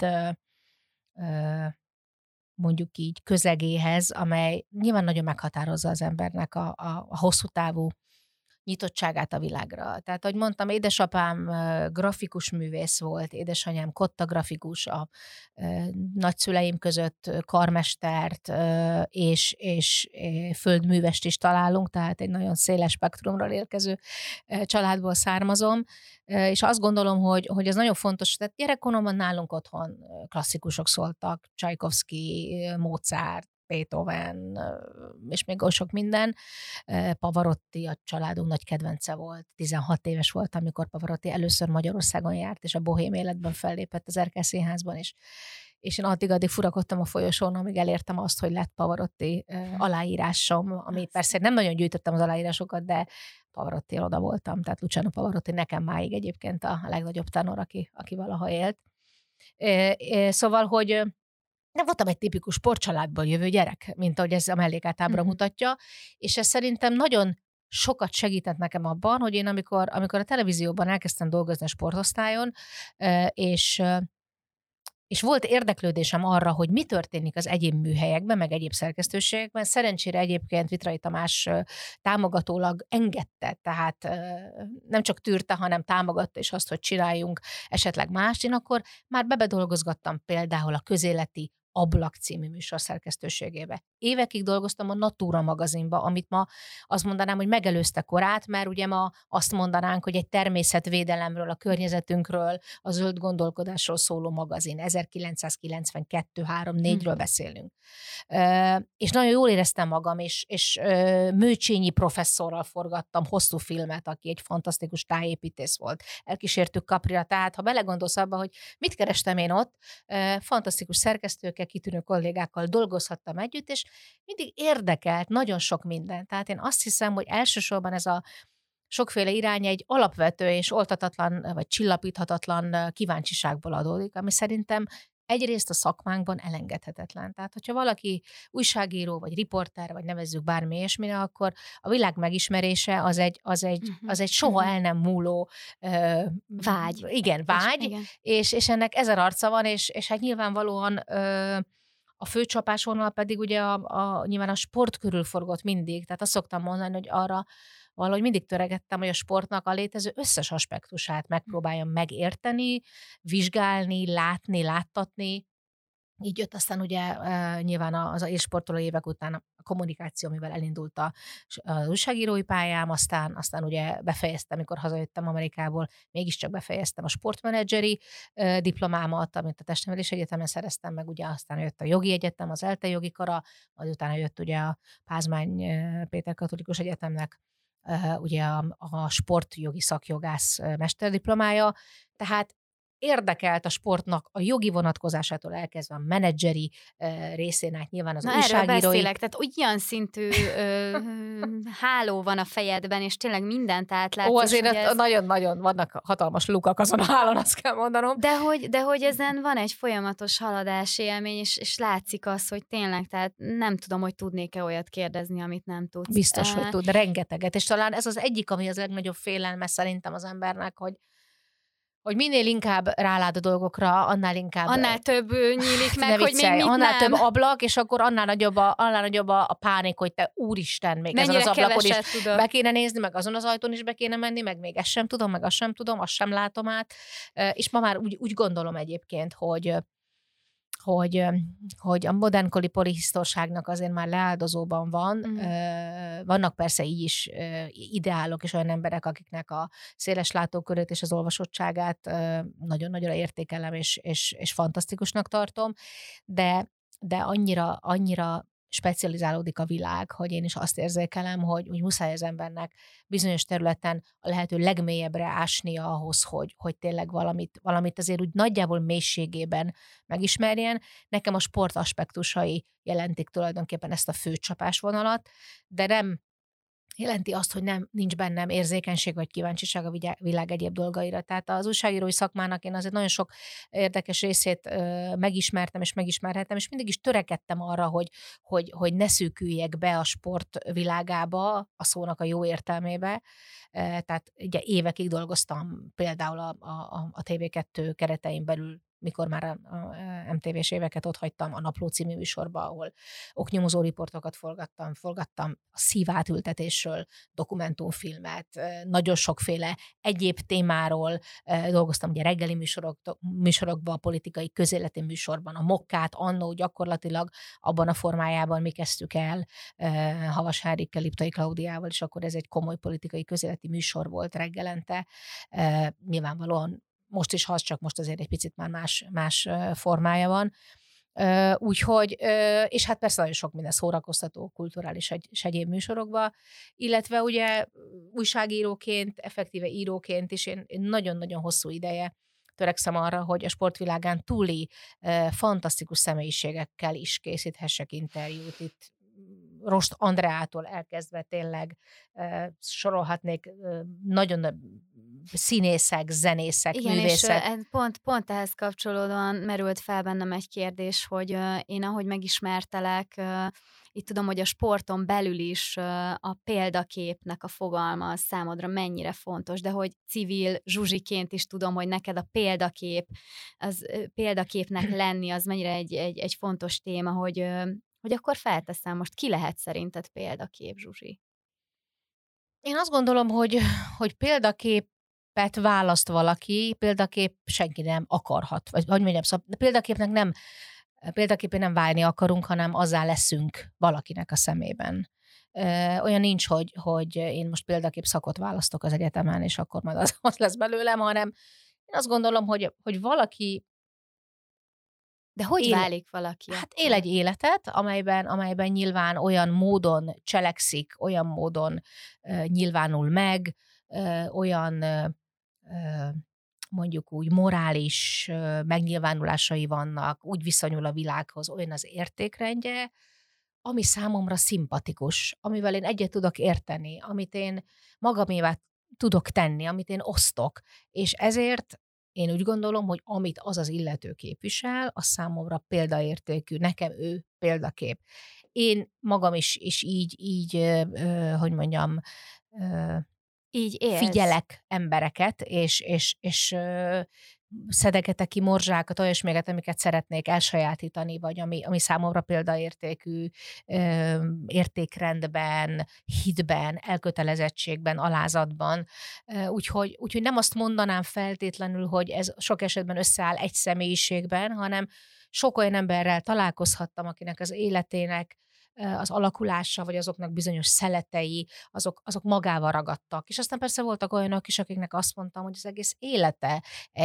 mondjuk így közegéhez, amely nyilván nagyon meghatározza az embernek a hosszú távú nyitottságát a világra. Tehát, ahogy mondtam, édesapám grafikus művész volt, édesanyám kotta grafikus, a nagyszüleim között karmestert és földművest is találunk, tehát egy nagyon széles spektrumról érkező családból származom, és azt gondolom, hogy ez nagyon fontos. Tehát gyerekkoromban nálunk otthon klasszikusok szóltak, Csajkovszky, Mozart, Beethoven, és még sok minden. Pavarotti a családunk nagy kedvence volt. 16 éves volt, amikor Pavarotti először Magyarországon járt, és a bohém életben fellépett az Erkel Színházban is. És én addig furakodtam a folyosón, amíg elértem azt, hogy lett Pavarotti aláírásom, ami persze nem nagyon gyűjtöttem az aláírásokat, de Pavarotti oda voltam. Tehát Luciano Pavarotti nekem máig egyébként a legnagyobb tenor, aki valaha élt. Szóval, hogy nem voltam egy tipikus sportcsaládból jövő gyerek, mint ahogy ez a mellékátábra mutatja, és ez szerintem nagyon sokat segített nekem abban, hogy én amikor a televízióban elkezdtem dolgozni a sportosztályon, és volt érdeklődésem arra, hogy mi történik az egyéb műhelyekben, meg egyéb szerkesztőségekben. Szerencsére egyébként Vitrai Tamás támogatólag engedte, tehát nem csak tűrte, hanem támogatta is azt, hogy csináljunk esetleg mást. Én akkor már bebedolgozgattam például a Közéleti Ablak című műsor szerkesztőségébe. Évekig dolgoztam a Natura magazinba, amit ma azt mondanám, hogy megelőzte korát, mert ugye ma azt mondanánk, hogy egy természetvédelemről, a környezetünkről, a zöld gondolkodásról szóló magazin. 1992-3-4-ről beszélünk. És nagyon jól éreztem magam, és Mőcsényi professzorral forgattam hosszú filmet, aki egy fantasztikus tájépítész volt. Elkísértük Caprira, tehát ha belegondolsz abba, hogy mit kerestem én ott, fantasztikus szerkesztőkkel, kitűnő kollégákkal dolgozhattam együtt, és mindig érdekelt nagyon sok minden. Tehát én azt hiszem, hogy elsősorban ez a sokféle irány egy alapvető és oltatatlan, vagy csillapíthatatlan kíváncsiságból adódik, ami szerintem egyrészt a szakmánkban elengedhetetlen. Tehát, hogyha valaki újságíró, vagy riporter, vagy nevezzük bármi ilyesmire, akkor a világ megismerése az egy soha el nem múló vágy. Igen, vágy, Igen. És ennek ezer arca van, és hát nyilvánvalóan a főcsapásvonal pedig ugye nyilván a sport körül forgott mindig. Tehát azt szoktam mondani, hogy arra valahogy mindig töregettem, hogy a sportnak a létező összes aspektusát megpróbáljam megérteni, vizsgálni, látni, láttatni. Így jött aztán ugye nyilván az élsportoló évek után a kommunikáció, amivel elindult az újságírói pályám, aztán ugye befejeztem, amikor hazajöttem Amerikából, mégiscsak befejeztem a sportmenedzseri diplomámat, amit a Testnevelési Egyetemen szereztem meg, ugye aztán jött a jogi egyetem, az ELTE jogi kara, majd utána jött ugye a Pázmány Péter Katolikus Egyetemnek ugye a sportjogi szakjogász mesterdiplomája, tehát érdekelt a sportnak a jogi vonatkozásától elkezdve a menedzseri részén át nyilván az újságírói. Erről beszélek, tehát olyan szintű háló van a fejedben, és tényleg mindent átlátsz. Azért nagyon-nagyon vannak hatalmas lukak azon a hálón, azt kell mondanom. De hogy ezen van egy folyamatos haladási élmény, és látszik az, hogy tényleg, tehát nem tudom, hogy tudnék-e olyat kérdezni, amit nem tudsz. Biztos, hogy tud, de rengeteget. És talán ez az egyik, ami az legnagyobb félelme szerintem az embernek, hogy minél inkább rálát a dolgokra, annál több nyílik meg, hogy még mit annál több ablak, és akkor annál nagyobb a pánik, hogy te úristen, még mennyire ezen az ablakon is tudok. be kéne nézni, meg azon az ajtón is be kéne menni, meg még ezt sem tudom, meg azt sem tudom, azt sem látom át. És ma már úgy gondolom egyébként, hogy a modernkori polihisztorságnak azért már leáldozóban van. Vannak persze így is ideálok és olyan emberek, akiknek a széles látókörét és az olvasottságát nagyon-nagyon értékelem és fantasztikusnak tartom, de annyira specializálódik a világ, hogy én is azt érzékelem, hogy muszáj az embernek bizonyos területen a lehető legmélyebbre ásnia ahhoz, hogy tényleg valamit azért úgy nagyjából mélységében megismerjen. Nekem a sport aspektusai jelentik tulajdonképpen ezt a fő csapásvonalat, de nem jelenti azt, hogy nincs bennem érzékenység vagy kíváncsiság a világ egyéb dolgaira. Tehát az újságírói szakmának én azért nagyon sok érdekes részét megismertem és megismerhettem, és mindig is törekedtem arra, hogy ne szűküljek be a sport világába, a szónak a jó értelmébe. Tehát ugye évekig dolgoztam például a TV2 keretein belül, mikor már a MTV-s éveket ott hagytam a Napló című műsorba, ahol oknyomozó riportokat forgattam a szívátültetésről, dokumentumfilmet, nagyon sokféle egyéb témáról dolgoztam, ugye reggeli műsorokban, a politikai közéleti műsorban, a Mokkát annó gyakorlatilag abban a formájában mi kezdtük el Havas Henrikkel, Liptai Klaudiával, és akkor ez egy komoly politikai közéleti műsor volt reggelente. Nyilvánvalóan most is, csak most azért egy picit már más formája van. Úgyhogy, és hát persze nagyon sok minden szórakoztató, kulturális és egyéb műsorokba, illetve ugye újságíróként, effektíve íróként is én nagyon-nagyon hosszú ideje törekszem arra, hogy a sportvilágán túli fantasztikus személyiségekkel is készíthessek interjút. Itt Rost Andreától elkezdve tényleg sorolhatnék nagyon színészek, zenészek, igen, művészek. És pont ehhez kapcsolódóan merült fel bennem egy kérdés, hogy én ahogy megismertelek, itt tudom, hogy a sporton belül is a példaképnek a fogalma az számodra mennyire fontos, de hogy civil Zsuzsiként is tudom, hogy neked a példaképnek lenni az mennyire egy fontos téma, hogy akkor felteszem, most ki lehet szerinted példakép, Zsuzsi? Én azt gondolom, hogy példaképet választ valaki, példakép senki nem akarhat. Vagy hogy mondjam, szóval példaképé nem válni akarunk, hanem azzá leszünk valakinek a szemében. Olyan nincs, hogy én most példakép szakot választok az egyetemen, és akkor majd az lesz belőlem, hanem én azt gondolom, hogy valaki de hogy válik valaki? Hát él egy életet, amelyben nyilván olyan módon cselekszik, olyan módon nyilvánul meg, olyan mondjuk úgy morális megnyilvánulásai vannak, úgy viszonyul a világhoz, olyan az értékrendje, ami számomra szimpatikus, amivel én egyet tudok érteni, amit én magamévá tudok tenni, amit én osztok, és ezért én úgy gondolom, hogy amit az az illető képvisel, az számomra példaértékű, nekem ő példakép. Én magam is így hogy mondjam, így élsz. Figyelek embereket, és szedegetek ki morzsákat, olyasmiket, amiket szeretnék elsajátítani, vagy ami számomra példaértékű, értékrendben, hitben, elkötelezettségben, alázatban. Úgyhogy nem azt mondanám feltétlenül, hogy ez sok esetben összeáll egy személyiségben, hanem sok olyan emberrel találkozhattam, akinek az életének az alakulása, vagy azoknak bizonyos szeletei, azok magával ragadtak. És aztán persze voltak olyanok is, akiknek azt mondtam, hogy az egész élete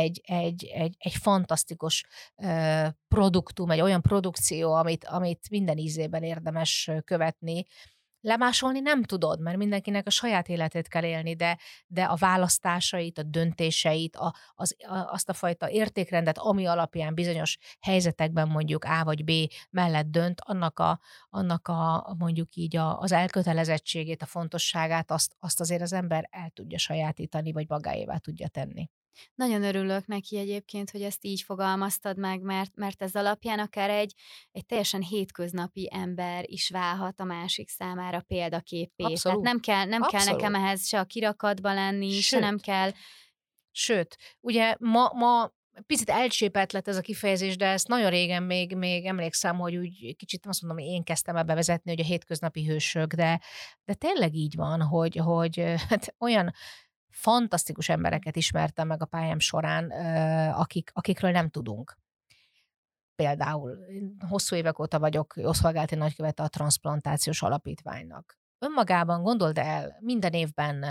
egy fantasztikus produktum, egy olyan produkció, amit minden ízében érdemes követni. Lemásolni nem tudod, mert mindenkinek a saját életét kell élni, de a választásait, a döntéseit, azt a fajta értékrendet, ami alapján bizonyos helyzetekben mondjuk A vagy B mellett dönt, annak a mondjuk így az elkötelezettségét, a fontosságát, azt azért az ember el tudja sajátítani, vagy magáévá tudja tenni. Nagyon örülök neki egyébként, hogy ezt így fogalmaztad meg, mert ez alapján akár egy teljesen hétköznapi ember is válhat a másik számára példaképpé. Abszolút. Tehát nem kell nekem ehhez se a kirakatba lenni, se nem kell. Sőt, ugye ma picit elcsépelt lett ez a kifejezés, de ezt nagyon régen még emlékszem, hogy úgy kicsit azt mondom, hogy én kezdtem ebbe vezetni, hogy a hétköznapi hősök, de tényleg így van, hogy hát olyan fantasztikus embereket ismertem meg a pályám során, akikről nem tudunk. például én hosszú évek óta vagyok szolgálati nagykövete a Transzplantációs Alapítványnak. Önmagában gondold el, minden évben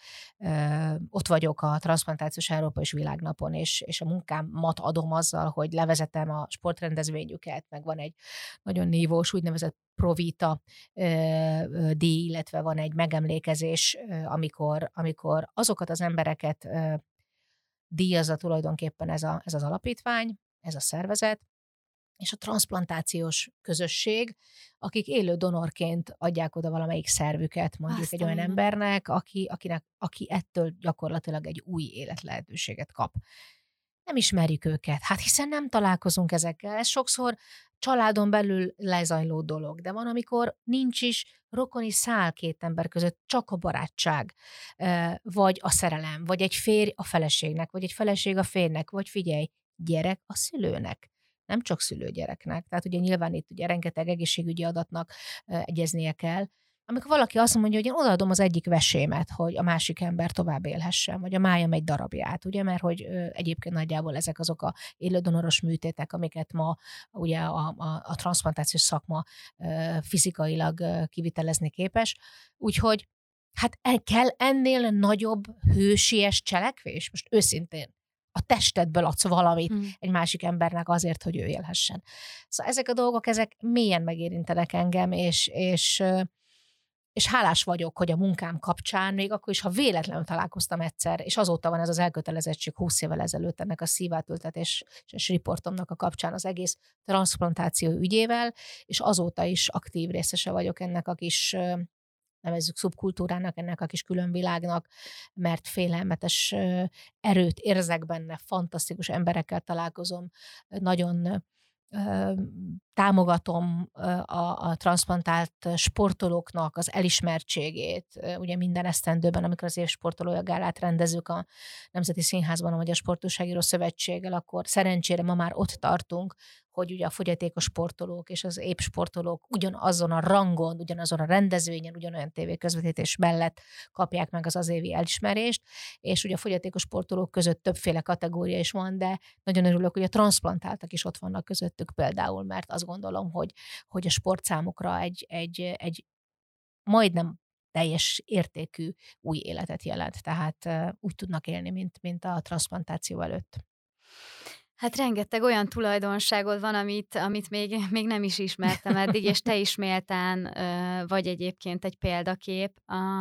ott vagyok a Transzplantációs Európa és Világnapon, és a munkámat adom azzal, hogy levezetem a sportrendezvényüket, meg van egy nagyon nívós úgynevezett Provita díj, illetve van egy megemlékezés, amikor azokat az embereket díjazza tulajdonképpen ez az alapítvány, ez a szervezet, és a transzplantációs közösség, akik élő donorként adják oda valamelyik szervüket mondjuk egy olyan embernek, aki ettől gyakorlatilag egy új életlehetőséget kap. Nem ismerjük őket, hát hiszen nem találkozunk ezekkel. Ez sokszor családon belül lezajló dolog, de van, amikor nincs is rokoni szál két ember között, csak a barátság, vagy a szerelem, vagy egy férj a feleségnek, vagy egy feleség a férjnek, vagy figyelj, gyerek a szülőnek. Nem csak szülőgyereknek. Tehát ugye nyilván itt ugye rengeteg egészségügyi adatnak egyeznie kell. Amikor valaki azt mondja, hogy én odaadom az egyik vesémet, hogy a másik ember tovább élhessen, vagy a májam egy darabját, ugye, mert hogy egyébként nagyjából ezek azok a élődonoros műtétek, amiket ma ugye a transzplantációs szakma fizikailag kivitelezni képes. Úgyhogy hát kell ennél nagyobb hősies cselekvés? Most őszintén. A testedből adsz valamit egy másik embernek azért, hogy ő élhessen. Szóval ezek a dolgok, ezek mélyen megérintenek engem, és hálás vagyok, hogy a munkám kapcsán, még akkor is, ha véletlenül találkoztam egyszer, és azóta van ez az elkötelezettség 20 évvel ezelőtt ennek a szívátültetés és riportomnak a kapcsán az egész transzplantáció ügyével, és azóta is aktív részese vagyok ennek a kis nevezzük szubkultúrának, ennek a kis különvilágnak, mert félelmetes erőt érzek benne, fantasztikus emberekkel találkozom, nagyon támogatom a transzplantált sportolóknak az elismertségét. Ugye minden esztendőben, amikor az év sportolója gálát rendezzük a Nemzeti Színházban, a Magyar Sportújságíró Szövetséggel, akkor szerencsére ma már ott tartunk, hogy ugye a fogyatékos sportolók és az épp sportolók ugyanazon a rangon, ugyanazon a rendezvényen, ugyanolyan tévéközvetítés mellett kapják meg az évi elismerést, és ugye a fogyatékos sportolók között többféle kategória is van, de nagyon örülök, hogy a transzplantáltak is ott vannak közöttük például, mert azt gondolom, hogy a sport számukra egy majdnem teljes értékű új életet jelent, tehát úgy tudnak élni, mint a transzplantáció előtt. Hát rengeteg olyan tulajdonságod van, amit még nem is ismertem eddig, és te is méltán vagy egyébként egy példakép.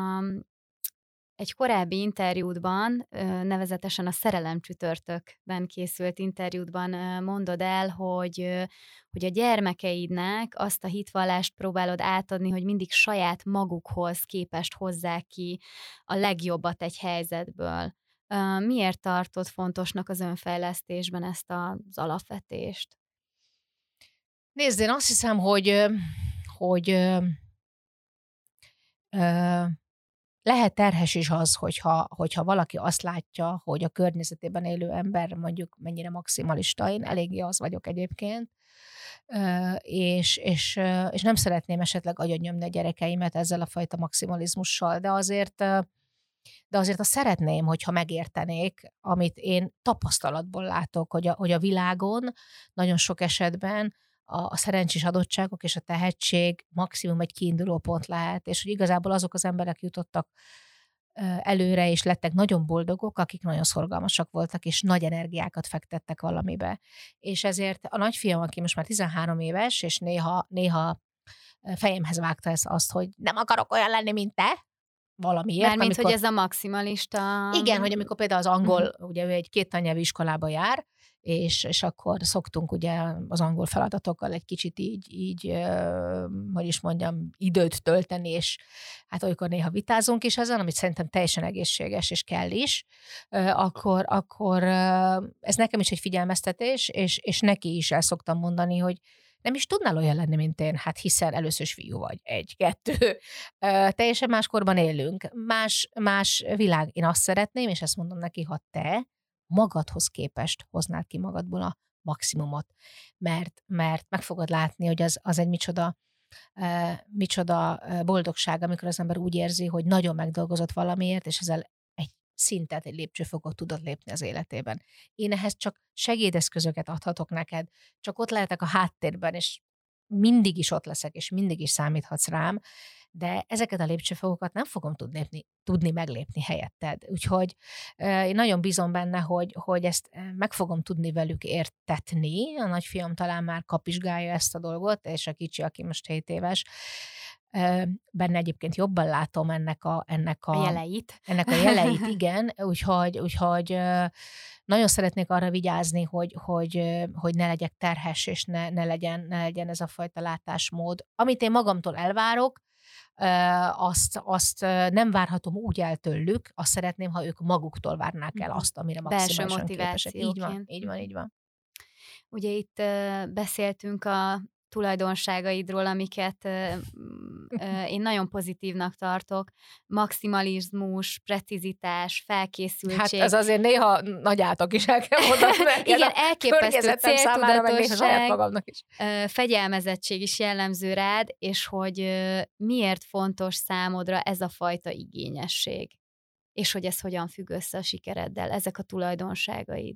Egy korábbi interjúdban, nevezetesen a Szerelem csütörtökben készült interjúdban mondod el, hogy a gyermekeidnek azt a hitvallást próbálod átadni, hogy mindig saját magukhoz képest hozzák ki a legjobbat egy helyzetből. Miért tartod fontosnak az önfejlesztésben ezt az alapvetést? Nézd, én azt hiszem, hogy lehet terhes is az, hogyha valaki azt látja, hogy a környezetében élő ember mondjuk mennyire maximalista. Én eléggé az vagyok egyébként, és nem szeretném esetleg agyonnyomni a gyerekeimet ezzel a fajta maximalizmussal, de azért azt szeretném, hogyha megértenék, amit én tapasztalatból látok, hogy a világon nagyon sok esetben a szerencsés adottságok és a tehetség maximum egy kiinduló pont lehet, és hogy igazából azok az emberek jutottak előre, és lettek nagyon boldogok, akik nagyon szorgalmasak voltak, és nagy energiákat fektettek valamibe. És ezért a nagyfiam, aki most már 13 éves, és néha fejemhez vágta azt, hogy nem akarok olyan lenni, mint te, valamiért. Mármint, hogy ez a maximalista... Igen, hogy amikor például az angol, ugye ő egy 2 tannyelvű iskolába jár, és akkor szoktunk ugye az angol feladatokkal egy kicsit így hogy is mondjam, időt tölteni, és hát olykor néha vitázunk is ezen, amit szerintem teljesen egészséges, és kell is, akkor ez nekem is egy figyelmeztetés, és neki is el szoktam mondani, hogy nem is tudnál olyan lenni, mint én, hát hiszen először is fiú vagy, 1, 2. Teljesen máskorban élünk, más világ. Én azt szeretném, és ezt mondom neki, ha te magadhoz képest hoznád ki magadból a maximumot, mert meg fogod látni, hogy az egy micsoda boldogság, amikor az ember úgy érzi, hogy nagyon megdolgozott valamiért, és ezzel egy szintet, egy lépcsőfokot tudod lépni az életében. Én ehhez csak segédeszközöket adhatok neked, csak ott lehetek a háttérben, és mindig is ott leszek, és mindig is számíthatsz rám, de ezeket a lépcsőfokokat nem fogom tudni meglépni helyetted. Úgyhogy én nagyon bízom benne, hogy ezt meg fogom tudni velük értetni. A nagyfiam talán már kapizsgálja ezt a dolgot, és a kicsi, aki most 7 éves, benne egyébként jobban látom ennek a jeleit. Ennek a jeleit, igen, úgyhogy nagyon szeretnék arra vigyázni, hogy ne legyek terhes, és ne legyen ez a fajta látásmód. Amit én magamtól elvárok, azt nem várhatom úgy el tőlük, azt szeretném, ha ők maguktól várnák el azt, amire maximálisan képesek. Így van. Ugye itt beszéltünk a tulajdonságaidról, amiket én nagyon pozitívnak tartok. Maximalizmus, precizitás, felkészültség. Hát ez azért néha nagy átok is el kell mondani. Igen, elképesztő céltudatosság, is. Fegyelmezettség is jellemző rád, és hogy miért fontos számodra ez a fajta igényesség, és hogy ez hogyan függ össze a sikereddel, ezek a tulajdonságaid.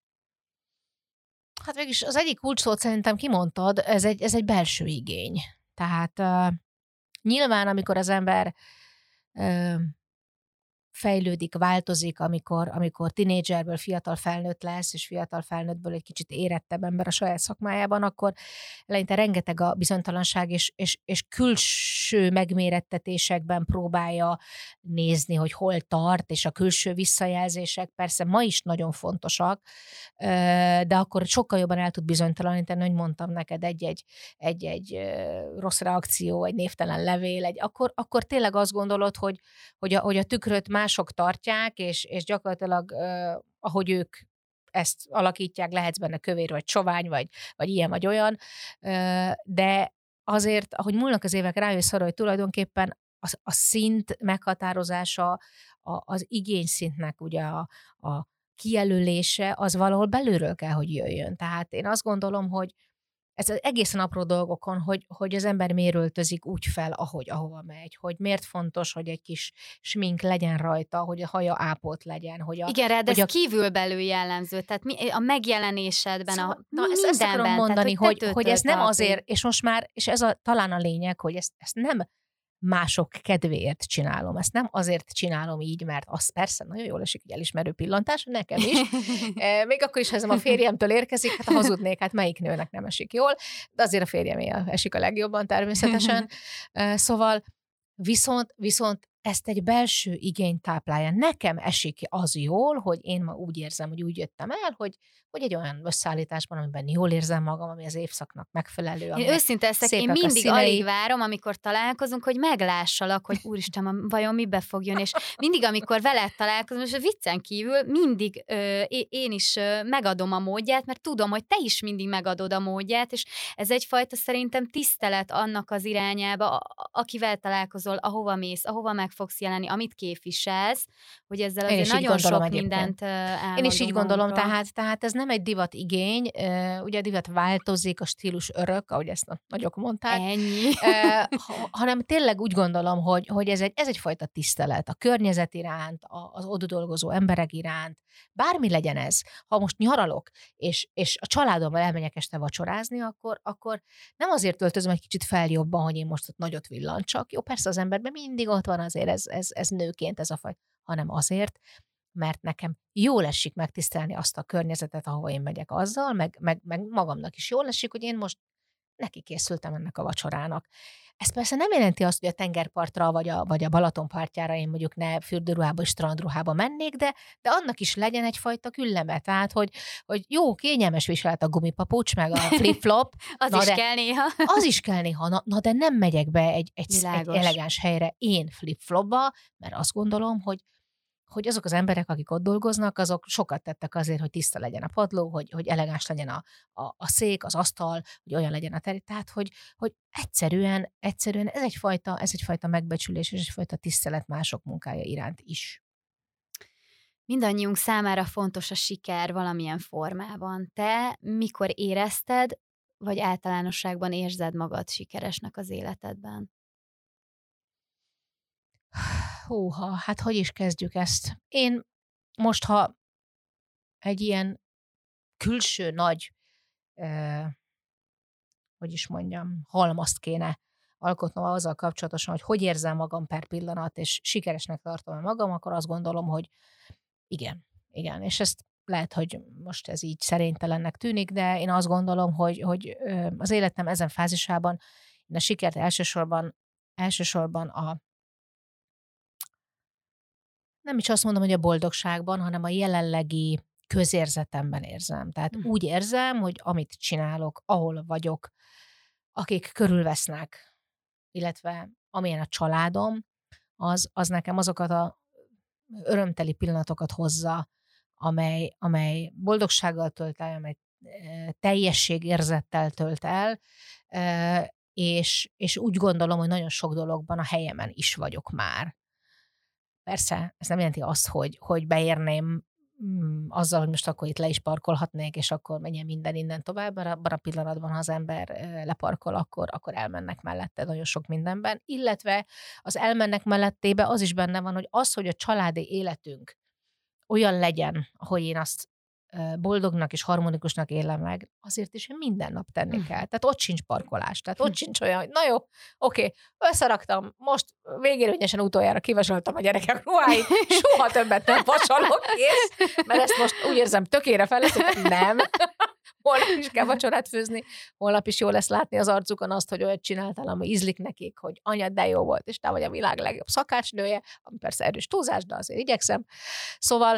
Hát mégis az egyik kulcsszót szerintem kimondtad, ez egy belső igény. Tehát nyilván, amikor az ember fejlődik, változik, amikor tinédzserből fiatal felnőtt lesz, és fiatal felnőttből egy kicsit érettebb ember a saját szakmájában, akkor eleinte rengeteg a bizonytalanság, és külső megmérettetésekben próbálja nézni, hogy hol tart, és a külső visszajelzések persze ma is nagyon fontosak, de akkor sokkal jobban el tud bizonytalanítani, hogy mondtam neked egy rossz reakció, egy névtelen levél, akkor tényleg azt gondolod, hogy a tükröt mások tartják, és gyakorlatilag ahogy ők ezt alakítják, lehetsz benne kövér, vagy sovány, vagy ilyen, vagy olyan, de azért, ahogy múlnak az évek, rájössz arra, hogy tulajdonképpen a szint meghatározása, az igényszintnek ugye a kijelölése, az valahol belülről kell, hogy jöjjön. Tehát én azt gondolom, hogy ez az egészen apró dolgokon, hogy az ember miért öltözik úgy fel, ahova megy, hogy miért fontos, hogy egy kis smink legyen rajta, hogy a haja ápolt legyen. Igen, rád ez kívülbelül jellemző, tehát a megjelenésedben, szóval, mindenben. Ezt akarom mondani, tehát, hogy ez nem azért, és most már, és ez talán a lényeg, hogy ezt nem mások kedvéért csinálom. Ezt nem azért csinálom így, mert az persze nagyon jól esik, egy elismerő pillantás, nekem is. Még akkor is, ha ez a férjemtől érkezik, hát ha hazudnék, hát melyik nőnek nem esik jól, de azért a férjemé esik a legjobban természetesen. Szóval viszont ezt egy belső igény táplálja. Nekem esik az jól, hogy én ma úgy érzem, hogy úgy jöttem el, hogy egy olyan összeállításban, amiben jól érzem magam, ami az évszaknak megfelelő. Én őszinte leszek, én mindig alig várom, amikor találkozunk, hogy meglássalak, hogy úristen, vajon mibe fog jönni, és mindig, amikor veled találkozom, és a viccen kívül mindig én is megadom a módját, mert tudom, hogy te is mindig megadod a módját, és ez egyfajta szerintem tisztelet annak az irányába, akivel találkozol, ahova mész, ahova meg fogsz jelenni, amit képviselsz, hogy ezzel azért nagyon sok mindent elmondom. Én is így gondolom, tehát ez nem egy divat igény, ugye a divat változik, a stílus örök, ahogy ezt nagyok mondták. Ennyi. Hanem tényleg úgy gondolom, hogy ez egyfajta tisztelet a környezet iránt, az ott dolgozó emberek iránt, bármi legyen ez. Ha most nyaralok, és a családommal elmegyek este vacsorázni, akkor nem azért öltözöm egy kicsit feljobban, hogy én most ott nagyot villancsak. Jó, persze az emberben mindig ott van azért ez nőként ez a faj, hanem azért, mert nekem jól esik megtisztelni azt a környezetet, ahova én megyek azzal, meg magamnak is jól esik, hogy én most neki készültem ennek a vacsorának. Ez persze nem jelenti azt, hogy a tengerpartra vagy a Balaton partjára én mondjuk ne fürdőruhába és strandruhába mennék, de annak is legyen egyfajta külleme. Tehát, hogy jó, kényelmes viselet a gumipapucs, meg a flip-flop. Kell néha. Az is kell néha, de nem megyek be egy elegáns helyre én flip-flopba, mert azt gondolom, hogy azok az emberek, akik ott dolgoznak, azok sokat tettek azért, hogy tiszta legyen a padló, hogy elegáns legyen a szék, az asztal, hogy olyan legyen a terület. Tehát, hogy egyszerűen ez egyfajta megbecsülés és egyfajta tisztelet mások munkája iránt is. Mindannyiunk számára fontos a siker valamilyen formában. Te mikor érezted, vagy általánosságban érzed magad sikeresnek az életedben? Húha, hát hogy is kezdjük ezt? Én most, ha egy ilyen külső nagy, hogy is mondjam, halmazt kéne alkotnom azzal kapcsolatosan, hogy érzem magam per pillanat, és sikeresnek tartom magam, akkor azt gondolom, hogy igen, igen. És ezt lehet, hogy most ez így szerénytelennek tűnik, de én azt gondolom, hogy az életem ezen fázisában én a sikert elsősorban nem is azt mondom, hogy a boldogságban, hanem a jelenlegi közérzetemben érzem. Tehát úgy érzem, hogy amit csinálok, ahol vagyok, akik körülvesznek, illetve amilyen a családom, az nekem azokat a örömteli pillanatokat hozza, amely boldogsággal tölt el, amely teljességérzettel tölt el, és úgy gondolom, hogy nagyon sok dologban a helyemen is vagyok már. Persze, ez nem jelenti azt, hogy beérném azzal, hogy most akkor itt le is parkolhatnék, és akkor menjen minden innen tovább, mert abban a pillanatban, ha az ember leparkol, akkor elmennek mellette nagyon sok mindenben, illetve az elmennek mellettébe az is benne van, hogy a családi életünk olyan legyen, ahogy én azt boldognak és harmonikusnak élem meg, azért is, hogy minden nap tenni kell. Tehát ott sincs parkolás. Tehát ott sincs olyan, hogy na jó, oké, összeraktam, most végérvényesen utoljára kivasoltam a gyerekek ruháit, soha többet nem vasalok, kész, mert ezt most úgy érzem, tökére fel lesz, hogy nem. Holnap is kell vacsorát főzni, holnap is jó lesz látni az arcukon azt, hogy olyat csináltál, ami ízlik nekik, hogy anya, de jó volt, és te vagy a világ legjobb szakácsnője, ami persze erős túlzás, de azért igyekszem. Szóval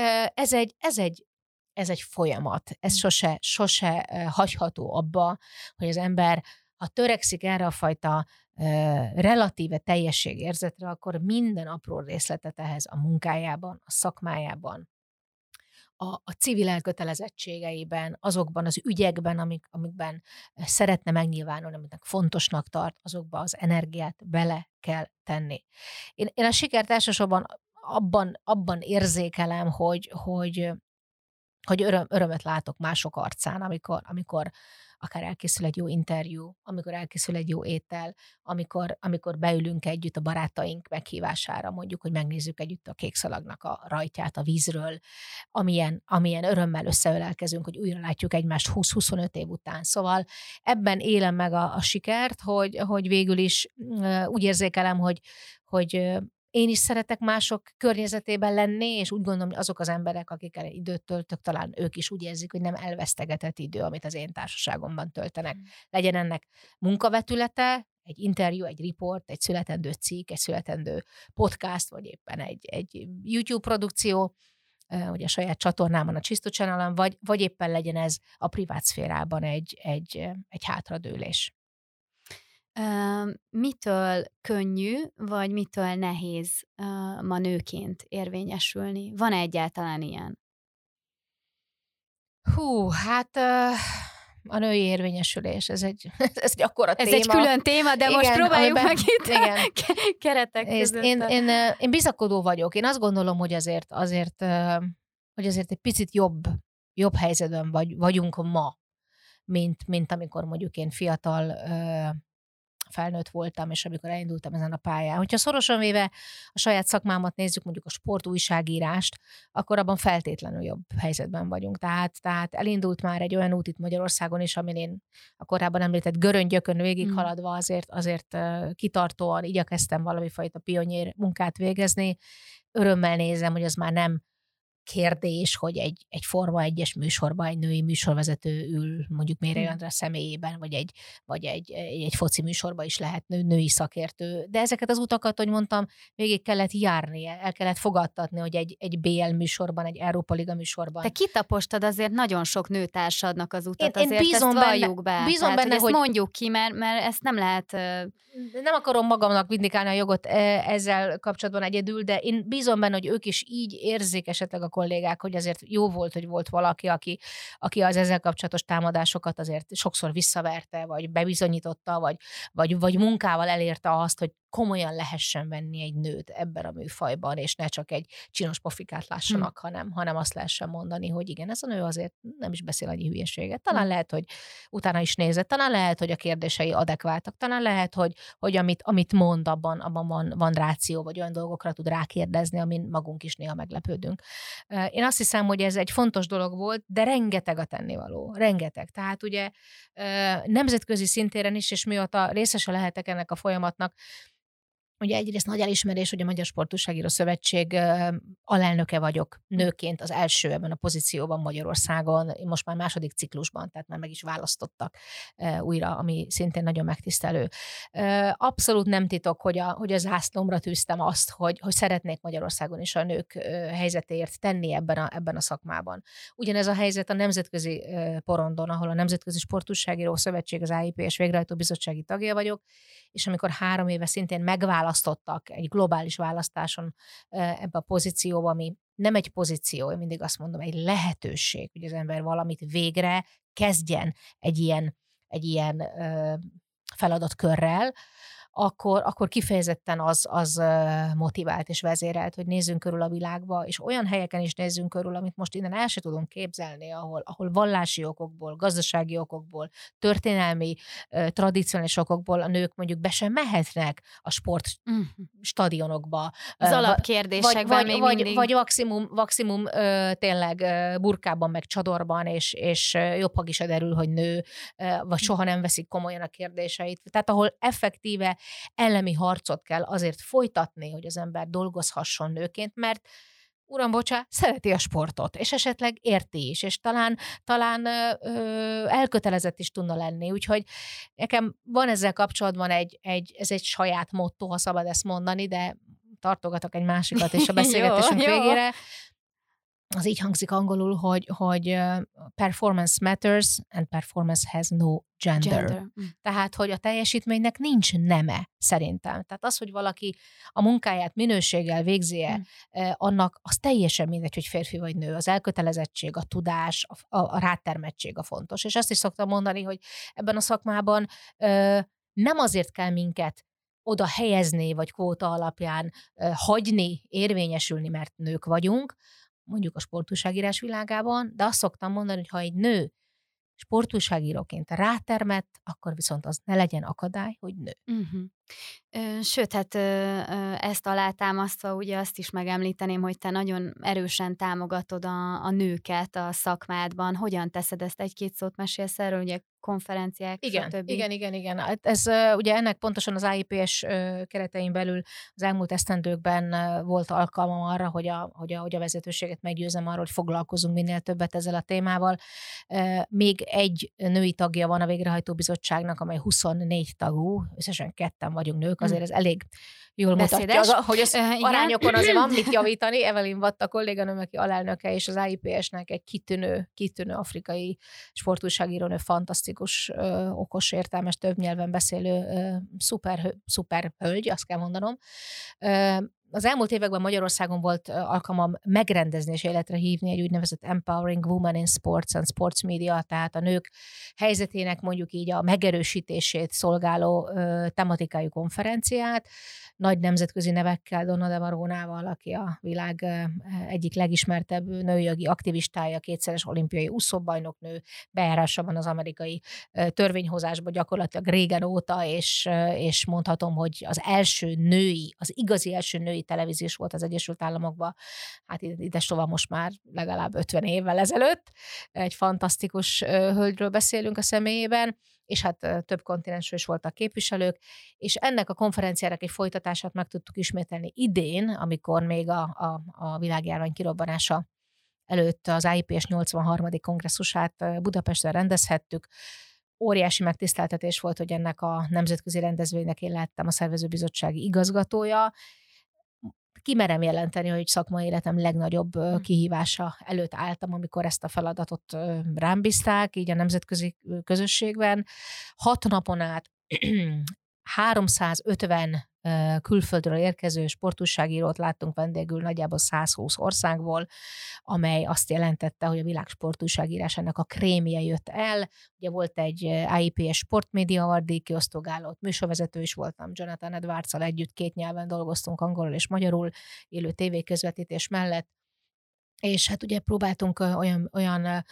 ez egy folyamat, ez sose hagyható abba, hogy az ember, ha törekszik erre a fajta relatíve teljességérzetre, akkor minden apró részletet ehhez a munkájában, a szakmájában, a civil elkötelezettségeiben, azokban az ügyekben, amikben szeretne megnyilvánulni, amiknek fontosnak tart, azokba az energiát bele kell tenni. Én a sikert elsősorban abban érzékelem, hogy örömöt látok mások arcán, amikor akár elkészül egy jó interjú, amikor elkészül egy jó étel, amikor beülünk együtt a barátaink meghívására, mondjuk, hogy megnézzük együtt a Kékszalagnak a rajtját a vízről, amilyen örömmel összeölelkezünk, hogy újra látjuk egymást 20-25 év után. Szóval ebben élem meg a sikert, hogy végül is úgy érzékelem, hogy én is szeretek mások környezetében lenni, és úgy gondolom, hogy azok az emberek, akikkel időt töltök, talán ők is úgy érzik, hogy nem elvesztegetett idő, amit az én társaságomban töltenek. Legyen ennek munkavetülete, egy interjú, egy riport, egy születendő cikk, egy születendő podcast, vagy éppen egy YouTube produkció, vagy a saját csatornámon, a Csisztu Channel-on, vagy éppen legyen ez a privát szférában egy hátradőlés. Mitől könnyű, vagy mitől nehéz ma nőként érvényesülni? Van-e egyáltalán ilyen? Hát a női érvényesülés, ez egy akkora téma. Ez egy külön téma, de igen, most próbáljuk meg itt keretek között. Én bizakodó vagyok. Én azt gondolom, hogy azért egy picit jobb helyzetben vagyunk ma, mint amikor mondjuk én fiatal felnőtt voltam, és amikor elindultam ezen a pályán. Hogyha szorosan véve a saját szakmámat nézzük, mondjuk a sportújságírást, akkor abban feltétlenül jobb helyzetben vagyunk. Tehát elindult már egy olyan út itt Magyarországon is, amin én a korábban említett göröngyökön végighaladva azért kitartóan igyekeztem valami fajta pionnyér munkát végezni. Örömmel nézem, hogy az már nem kérdés, hogy egy Forma 1-es műsorban egy női műsorvezető ül mondjuk Mérei András személyében, vagy egy foci műsorban is lehet női szakértő. De ezeket az utakat, hogy mondtam, végig kellett járni, el kellett fogadtatni, hogy egy BL műsorban, egy Európa Liga műsorban. Te kitapostad azért nagyon sok nőtársadnak az utat, azért ezt valljuk be. Bízom benne, hogy ezt mondjuk ki, mert ezt nem lehet... Nem akarom magamnak vindikálni a jogot ezzel kapcsolatban egyedül, de én bízom benne, hogy ők is így érzik esetleg a kollégák, hogy azért jó volt, hogy volt valaki, aki az ezzel kapcsolatos támadásokat azért sokszor visszaverte, vagy bebizonyította, vagy munkával elérte azt, hogy komolyan lehessen venni egy nőt ebben a műfajban, és ne csak egy csinos pofikát lássanak, hanem azt lehessen mondani, hogy igen, ez a nő azért nem is beszél annyi hülyeséget. Talán lehet, hogy utána is nézett, talán lehet, hogy a kérdései adekváltak, talán lehet, hogy amit mond, abban van ráció, vagy olyan dolgokra tud rákérdezni, amin magunk is néha meglepődünk. Én azt hiszem, hogy ez egy fontos dolog volt, de rengeteg a tennivaló, rengeteg. Tehát ugye nemzetközi szintéren is, és mióta részese lehetek ennek a folyamatnak, ugye egyrészt nagy elismerés, hogy a Magyar Sportújságíró Szövetség alelnöke vagyok nőként, az első ebben a pozícióban Magyarországon, most már második ciklusban, tehát már meg is választottak újra, ami szintén nagyon megtisztelő. Abszolút nem titok, hogy a zászlómra tűztem azt, hogy szeretnék Magyarországon is a nők helyzetéért tenni ebben a szakmában. Ugyanez a helyzet a nemzetközi porondon, ahol a Nemzetközi Sportújságíró Szövetség, az AIPS végrehajtó bizottsági tagja vagyok, és amikor 3 éve szintén megválasztottak egy globális választáson ebbe a pozícióba, ami nem egy pozíció, én mindig azt mondom, egy lehetőség, hogy az ember valamit végre kezdjen egy ilyen feladatkörrel, akkor kifejezetten az motivált és vezérelt, hogy nézzünk körül a világba, és olyan helyeken is nézzünk körül, amit most innen el se tudunk képzelni, ahol vallási okokból, gazdasági okokból, történelmi, tradicionális okokból a nők mondjuk be sem mehetnek a sportstadionokba. Az alapkérdésekben még mindig. Vagy maximum tényleg burkában, meg csadorban, és jobb, ha is derül, hogy nő, vagy soha nem veszik komolyan a kérdéseit. Tehát ahol effektíve ellemi harcot kell azért folytatni, hogy az ember dolgozhasson nőként, mert uram, bocsá, szereti a sportot, és esetleg érti is, és talán elkötelezett is tudna lenni, úgyhogy nekem van ezzel kapcsolatban ez egy saját motto, ha szabad ezt mondani, de tartogatok egy másikat és a beszélgetésünk végére. Az így hangzik angolul, hogy performance matters and performance has no gender. Tehát, hogy a teljesítménynek nincs neme, szerintem. Tehát az, hogy valaki a munkáját minőséggel végzi-e, annak az teljesen mindegy, hogy férfi vagy nő. Az elkötelezettség, a tudás, a rátermettség a fontos. És azt is szoktam mondani, hogy ebben a szakmában nem azért kell minket oda helyezni, vagy kvóta alapján hagyni, érvényesülni, mert nők vagyunk, mondjuk a sportújságírás világában, de azt szoktam mondani, hogy ha egy nő sportújságíróként rátermett, akkor viszont az ne legyen akadály, hogy nő. Sőt, hát ezt alátámasztva ugye azt is megemlíteném, hogy te nagyon erősen támogatod a nőket a szakmádban. Hogyan teszed ezt? 1-2 szót mesélsz erről, ugye konferenciák, stb. Igen. Ez ugye ennek pontosan az AIPS keretein belül az elmúlt esztendőkben volt alkalmam arra, hogy a vezetőséget meggyőzem arról, hogy foglalkozunk minél többet ezzel a témával. Még egy női tagja van a végrehajtó bizottságnak, amely 24 tagú, összesen 2-en vagyunk nők, azért ez elég jól mutatja, hogy az arányokon azért van mit javítani. Evelyn Watt a kolléganőm, aki alelnöke, és az AIPS-nek egy kitűnő afrikai sportújságírónő, fantasztikus, okos, értelmes, több nyelven beszélő szuper hölgy, azt kell mondanom. Az elmúlt években Magyarországon volt alkalmam megrendezni és életre hívni egy úgynevezett Empowering Women in Sports and Sports Media, tehát a nők helyzetének mondjuk így a megerősítését szolgáló tematikájú konferenciát, nagy nemzetközi nevekkel, Donna De Maronával, aki a világ egyik legismertebb nőjogi aktivistája, 2-szeres olimpiai úszóbajnoknő, bejárása van az amerikai törvényhozásba gyakorlatilag régen óta, és mondhatom, hogy az igazi első női televíziós volt az Egyesült Államokban, hát idestova most már legalább 50 évvel ezelőtt. Egy fantasztikus hölgyről beszélünk a személyében, és hát több kontinensről is voltak képviselők, és ennek a konferenciának egy folytatását meg tudtuk ismételni idén, amikor még a világjárvány kirobbanása előtt az AIPS 83. kongresszusát Budapesten rendezhettük. Óriási megtiszteltetés volt, hogy ennek a nemzetközi rendezvénynek én lettem a szervezőbizottsági igazgatója. Kimerem jelenteni, hogy szakmai életem legnagyobb kihívása előtt álltam, amikor ezt a feladatot rám bízták, így a nemzetközi közösségben. 6 napon át 350 külföldről érkező sportújságírót láttunk vendégül nagyjából 120 országból, amely azt jelentette, hogy a világ sportújságírásának a krémje jött el. Ugye volt egy AIPS Sportmédia Award díjkiosztó, műsorvezető is voltam, Jonathan Edwardsszal együtt 2 nyelven dolgoztunk, angolul és magyarul, élő tévéközvetítés mellett, és hát ugye próbáltunk olyan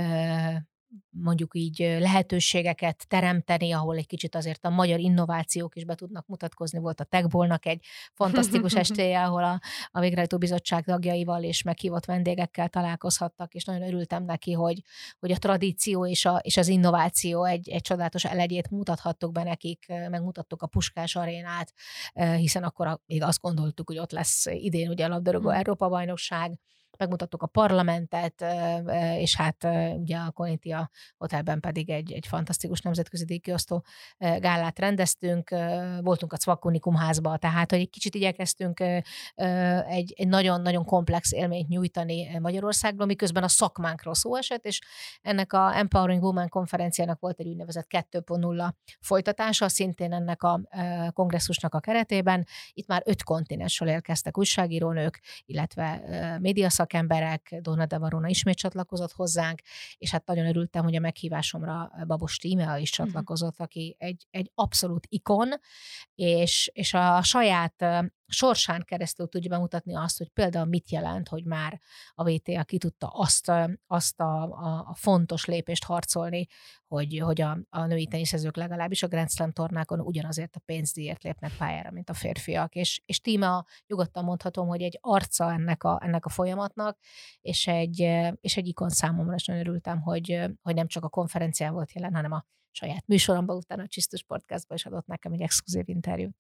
mondjuk így lehetőségeket teremteni, ahol egy kicsit azért a magyar innovációk is be tudnak mutatkozni. Volt a Techbolnak egy fantasztikus estéje, ahol a végrehajtó bizottság tagjaival és meghívott vendégekkel találkozhattak, és nagyon örültem neki, hogy a tradíció és az innováció egy csodálatos elegyét mutathattuk be nekik, megmutattuk a Puskás arénát, hiszen akkor még azt gondoltuk, hogy ott lesz idén ugye a labdarúgó Európa-bajnokság, megmutattuk a parlamentet, és hát ugye a Konitia Hotelben pedig egy fantasztikus nemzetközi díjkiosztó gálát rendeztünk, voltunk a Cvakunikum házba, tehát hogy egy kicsit igyekeztünk egy nagyon-nagyon komplex élményt nyújtani Magyarországról, miközben a szakmánkról szó esett, és ennek a Empowering Women konferenciának volt egy úgynevezett 2.0 folytatása, szintén ennek a kongresszusnak a keretében. Itt már 5 kontinensről érkeztek újságírónők, illetve médiaszakemberek, Donna De Varona ismét csatlakozott hozzánk, és hát nagyon örültem, hogy a meghívásomra Babos Tímea is csatlakozott, aki egy abszolút ikon, és a saját sorsán keresztül tudja bemutatni azt, hogy például mit jelent, hogy már a VTA ki tudta azt a fontos lépést harcolni, hogy a női teniszezők legalábbis a Grand Slam tornákon ugyanazért a pénzdíjért lépnek pályára, mint a férfiak. És Tímea, nyugodtan mondhatom, hogy egy arca ennek a folyamatnak, és egy ikon számomra, és nagyon örültem, hogy nem csak a konferencián volt jelen, hanem a saját műsoromban, utána a Csisztus Podcastban is adott nekem egy exkluzív interjút.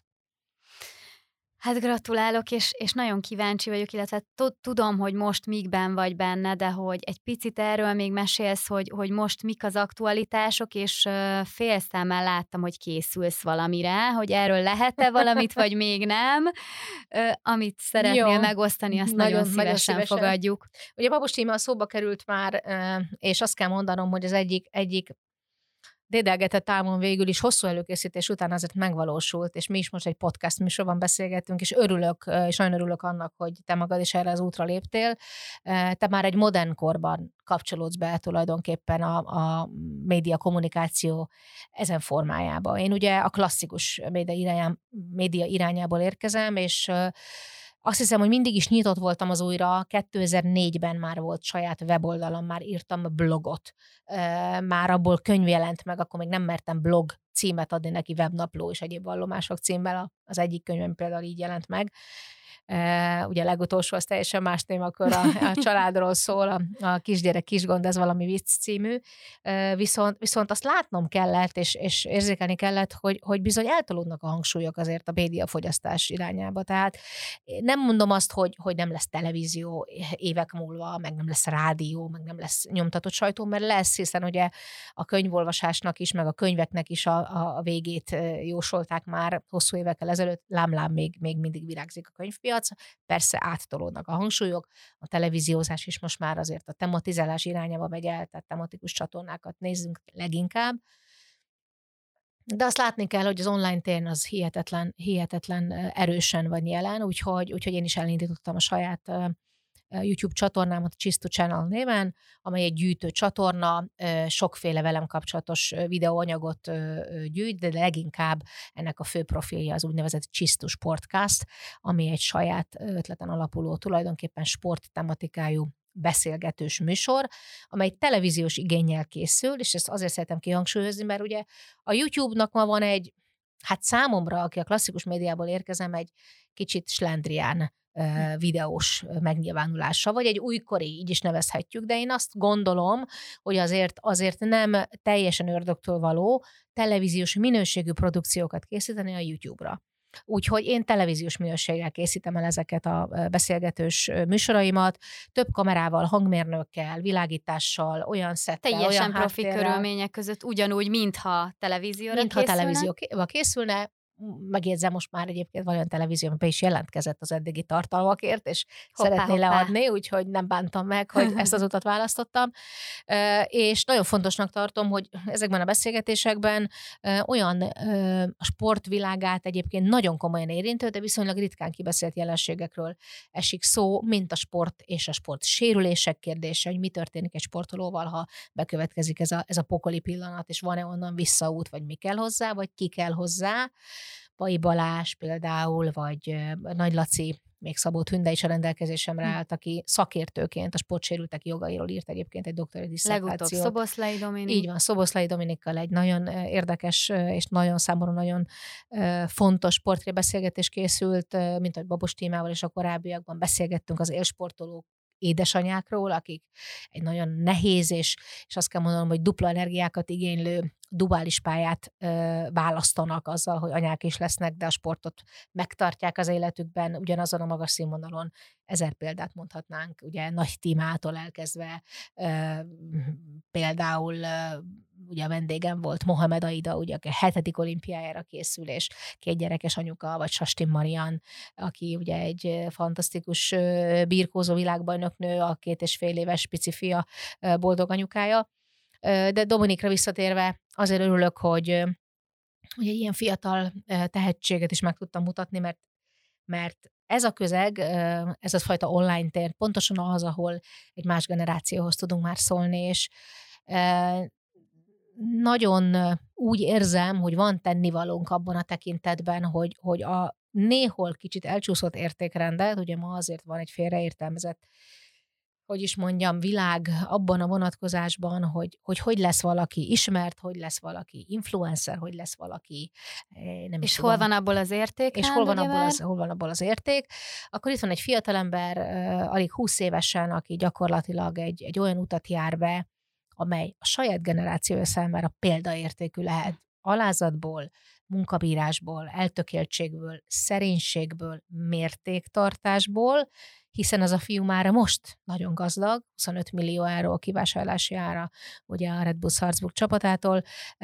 Hát gratulálok, és nagyon kíváncsi vagyok, illetve tudom, hogy most mikben vagy benne, de hogy egy picit erről még mesélsz, hogy most mik az aktualitások, és félszemmel láttam, hogy készülsz valamire, hogy erről lehet-e valamit, vagy még nem, amit szeretnél megosztani, azt nagyon szívesen fogadjuk. Ugye Babos Tímea szóba került már, és azt kell mondanom, hogy az egyik dédelgetett álmom végül is hosszú előkészítés után azért megvalósult, és mi is most egy podcast műsorban beszélgetünk, és nagyon örülök annak, hogy te magad is erre az útra léptél. Te már egy modern korban kapcsolódsz be tulajdonképpen a média kommunikáció ezen formájába. Én ugye a klasszikus média irányából érkezem, és azt hiszem, hogy mindig is nyitott voltam az újra. 2004-ben már volt saját weboldalam, már írtam blogot. Már abból könyv jelent meg, akkor még nem mertem blog címet adni neki, webnapló és egyéb vallomások címmel. Az egyik könyvem például így jelent meg. Ugye a legutolsó az teljesen más téma, akkor a családról szól, a kisgyerek kisgond, ez valami vicc című. Viszont azt látnom kellett, és érzékelni kellett, hogy bizony eltolódnak a hangsúlyok azért a médiafogyasztás irányába. Tehát nem mondom azt, hogy nem lesz televízió évek múlva, meg nem lesz rádió, meg nem lesz nyomtatott sajtó, mert lesz, hiszen ugye a könyvolvasásnak is, meg a könyveknek is a végét jósolták már hosszú évekkel ezelőtt, lám még mindig virágzik a könyvpiac. Persze áttolódnak a hangsúlyok, a televíziózás is most már azért a tematizálás irányába megy el, tehát tematikus csatornákat nézzünk leginkább. De azt látni kell, hogy az online téren az hihetetlen erősen van jelen, úgyhogy én is elindítottam a saját YouTube csatornámat, Csisztu Channel néven, amely egy gyűjtő csatorna, sokféle velem kapcsolatos videóanyagot gyűjt, de leginkább ennek a fő profilja az úgynevezett Csisztus Podcast, ami egy saját ötleten alapuló, tulajdonképpen sporttematikájú beszélgetős műsor, amely televíziós igénnyel készül, és ezt azért szeretem kihangsúlyozni, mert ugye a YouTube-nak ma van egy, hát számomra, aki a klasszikus médiából érkezem, egy kicsit slendrián videós megnyilvánulása, vagy egy újkori, így is nevezhetjük, de én azt gondolom, hogy azért nem teljesen ördögtől való televíziós minőségű produkciókat készíteni a YouTube-ra. Úgyhogy én televíziós minőséggel készítem el ezeket a beszélgetős műsoraimat, több kamerával, hangmérnökkel, világítással, olyan szettel, teljesen olyan profi körülmények között, ugyanúgy, mintha televízióra készülne. Mintha televízióba készülne. megjegyzem, most már egyébként van olyan televízió, be is jelentkezett az eddigi tartalmakért, és Hoppá, szeretné hoppá. leadni, úgyhogy nem bántam meg, hogy ezt az utat választottam. És nagyon fontosnak tartom, hogy ezekben a beszélgetésekben olyan a sportvilágát egyébként nagyon komolyan érintő, de viszonylag ritkán kibeszélt jelenségekről esik szó, mint a sport és a sport sérülések kérdése, hogy mi történik egy sportolóval, ha bekövetkezik ez a pokoli pillanat, és van-e onnan visszaút, vagy mi kell hozzá, vagy ki kell hozzá. Pai Balázs például, vagy Nagy Laci, még Szabó Tünde is a rendelkezésemre állt, aki szakértőként a sportsérültek jogairól írt egyébként egy doktori disszertációt. Legutóbb Szoboszlai Dominik. Így van, Szoboszlai Dominikkal egy nagyon érdekes és nagyon számomra nagyon fontos portrébeszélgetés készült, mint ahogy Babos Tímával és a korábbiakban beszélgettünk az élsportolók édesanyákról, akik egy nagyon nehéz és azt kell mondanom, hogy dupla energiákat igénylő duális pályát választanak azzal, hogy anyák is lesznek, de a sportot megtartják az életükben ugyanazon a magas színvonalon. 1000 példát mondhatnánk, ugye Nagy Tímától elkezdve például ugye a vendégem volt Mohamed Aida, ugye, aki a 7. olimpiájára készül, és 2 gyerekes anyuka, vagy Sastin Marian, aki ugye egy fantasztikus birkózó világbajnoknő, a 2,5 éves pici fia boldog anyukája. De Dominikra visszatérve azért örülök, hogy egy ilyen fiatal tehetséget is meg tudtam mutatni, mert ez a közeg, ez a fajta online tér pontosan az, ahol egy más generációhoz tudunk már szólni, és nagyon úgy érzem, hogy van tennivalónk abban a tekintetben, hogy a néhol kicsit elcsúszott értékrendet, ugye ma azért van egy félreértelmezett, hogy is mondjam, világ abban a vonatkozásban, hogy lesz valaki ismert, hogy lesz valaki influencer, hogy lesz valaki nem és is hol tudom, van abból az érték? és hol van abból az érték. Akkor itt van egy fiatalember, alig 20 évesen, aki gyakorlatilag egy olyan utat jár be, amely a saját generációja számára példaértékű lehet. Alázatból, munkabírásból, eltökéltségből, szerénységből, mértéktartásból, hiszen az a fiú már most nagyon gazdag, 25 millió euró kivásárlási ára ugye a Red Bull Salzburg csapatától,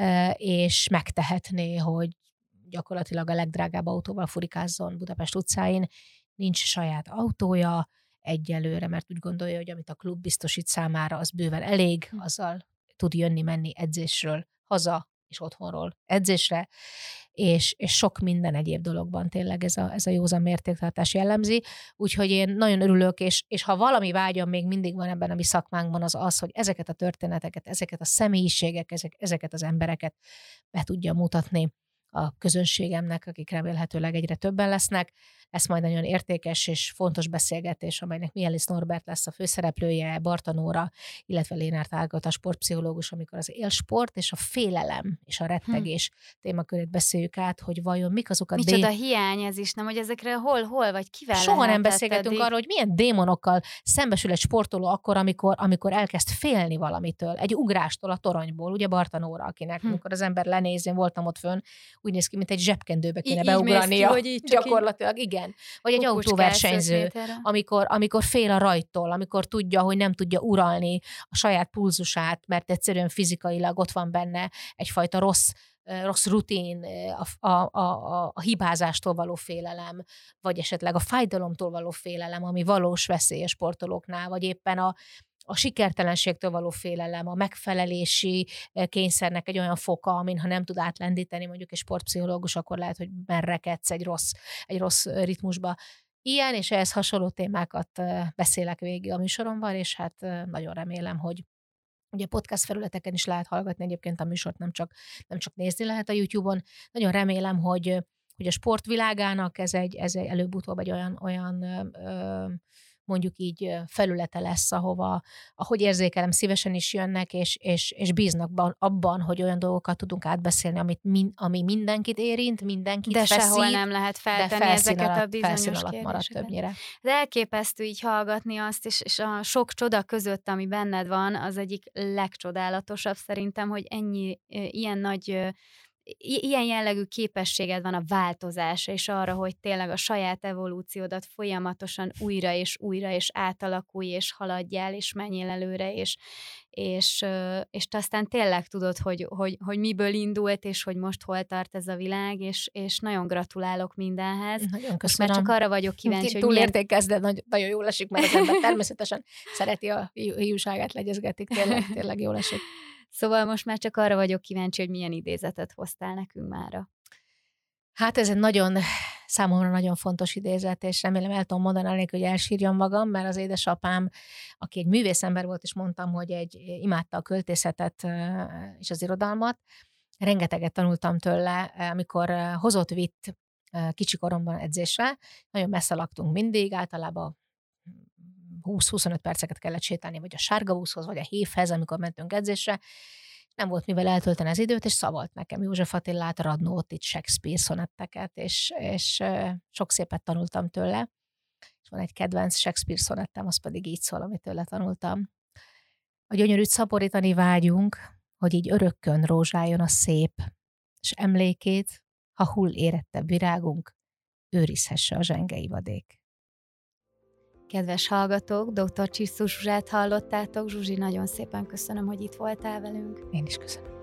és megtehetné, hogy gyakorlatilag a legdrágább autóval furikázzon Budapest utcáin, nincs saját autója egyelőre, mert úgy gondolja, hogy amit a klub biztosít számára, az bőven elég, azzal tud jönni-menni edzésről haza, és otthonról edzésre, és sok minden egyéb dologban tényleg ez a józan mértéktartás jellemzi. Úgyhogy én nagyon örülök, és ha valami vágyam még mindig van ebben a mi szakmánkban, az, hogy ezeket a történeteket, ezeket a személyiségek, ezeket az embereket be tudja mutatni a közönségemnek, akik remélhetőleg egyre többen lesznek. Ez majd nagyon értékes és fontos beszélgetés, amelynek Mielis Norbert lesz a főszereplője, Barta Nóra, illetve Lénárt Ágota, sportpszichológus, amikor az élsport és a félelem és a rettegés témakörét beszéljük át, hogy vajon mik azok a micsoda hiány ez is, nem, hogy ezekre hol vagy kivel soha nem beszélgetünk arról, hogy milyen démonokkal szembesül egy sportoló akkor, amikor elkezd félni valamitől, egy ugrástól a toronyból, ugye Barta Nóra, akinek, amikor az ember lenéz, én voltam ott fönn, úgy néz ki, mint egy zsebkendőbe kéne beugrania. Gyakorlatilag, igen. Vagy egy autóversenyző, amikor fél a rajttól, amikor tudja, hogy nem tudja uralni a saját pulzusát, mert egyszerűen fizikailag ott van benne egyfajta rossz rutin, a hibázástól való félelem, vagy esetleg a fájdalomtól való félelem, ami valós veszély a sportolóknál, vagy éppen a sikertelenségtől való félelem, a megfelelési kényszernek egy olyan foka, amin ha nem tud átlendíteni mondjuk egy sportpszichológus, akkor lehet, hogy merrekedsz egy rossz ritmusba. Ilyen és ehhez hasonló témákat beszélek végig a műsoromban, és hát nagyon remélem, hogy ugye podcast felületeken is lehet hallgatni egyébként a műsort, nem csak nézni lehet a YouTube-on. Nagyon remélem, hogy a sportvilágának ez egy előbb-utóbb egy olyan mondjuk így felülete lesz, ahova, ahogy érzékelem, szívesen is jönnek, és bíznak abban, hogy olyan dolgokat tudunk átbeszélni, ami mindenkit érint, mindenkit de feszít. De sehol nem lehet feltenni ezeket a bizonyos alatt marad többnyire. De elképesztő így hallgatni azt, és a sok csoda között, ami benned van, az egyik legcsodálatosabb szerintem, hogy ilyen nagy ilyen jellegű képességed van a változásra, és arra, hogy tényleg a saját evolúciódat folyamatosan újra és átalakulj, és haladjál, és menjél előre, és te aztán tényleg tudod, hogy miből indult, és hogy most hol tart ez a világ, és nagyon gratulálok mindenhez. Nagyon köszönöm. Most már csak arra vagyok kíváncsi, hogy túlértékezd, de nagyon jól esik, mert az ember természetesen szereti a hiúságát, legyezgetik, tényleg jól esik. Szóval most már csak arra vagyok kíváncsi, hogy milyen idézetet hoztál nekünk mára. Hát ez egy számomra nagyon fontos idézet, és remélem el tudom mondani elég, hogy elsírjam magam, mert az édesapám, aki egy művészember volt, és mondtam, hogy imádta a költészetet és az irodalmat, rengeteget tanultam tőle, amikor hozott-vitt kicsi koromban edzésre, nagyon messze laktunk mindig, általában 20-25 perceket kellett sétálni, vagy a Sárgabuszhoz, vagy a Hévhez, amikor mentünk edzésre. Nem volt mivel eltölteni az időt, és szavalt nekem József Attilát, Radnótit, Shakespeare szonetteket, és sok szépet tanultam tőle. És van egy kedvenc Shakespeare szonettem, az pedig így szól, amit tőle tanultam. A gyönyörűt szaporítani vágyunk, hogy így örökkön rózsáljon a szép, és emlékét, ha hull érettebb virágunk, őrizhesse a zsengei vadék. Kedves hallgatók, dr. Csisztus Zsuzsát hallottátok. Zsuzsi, nagyon szépen köszönöm, hogy itt voltál velünk. Én is köszönöm.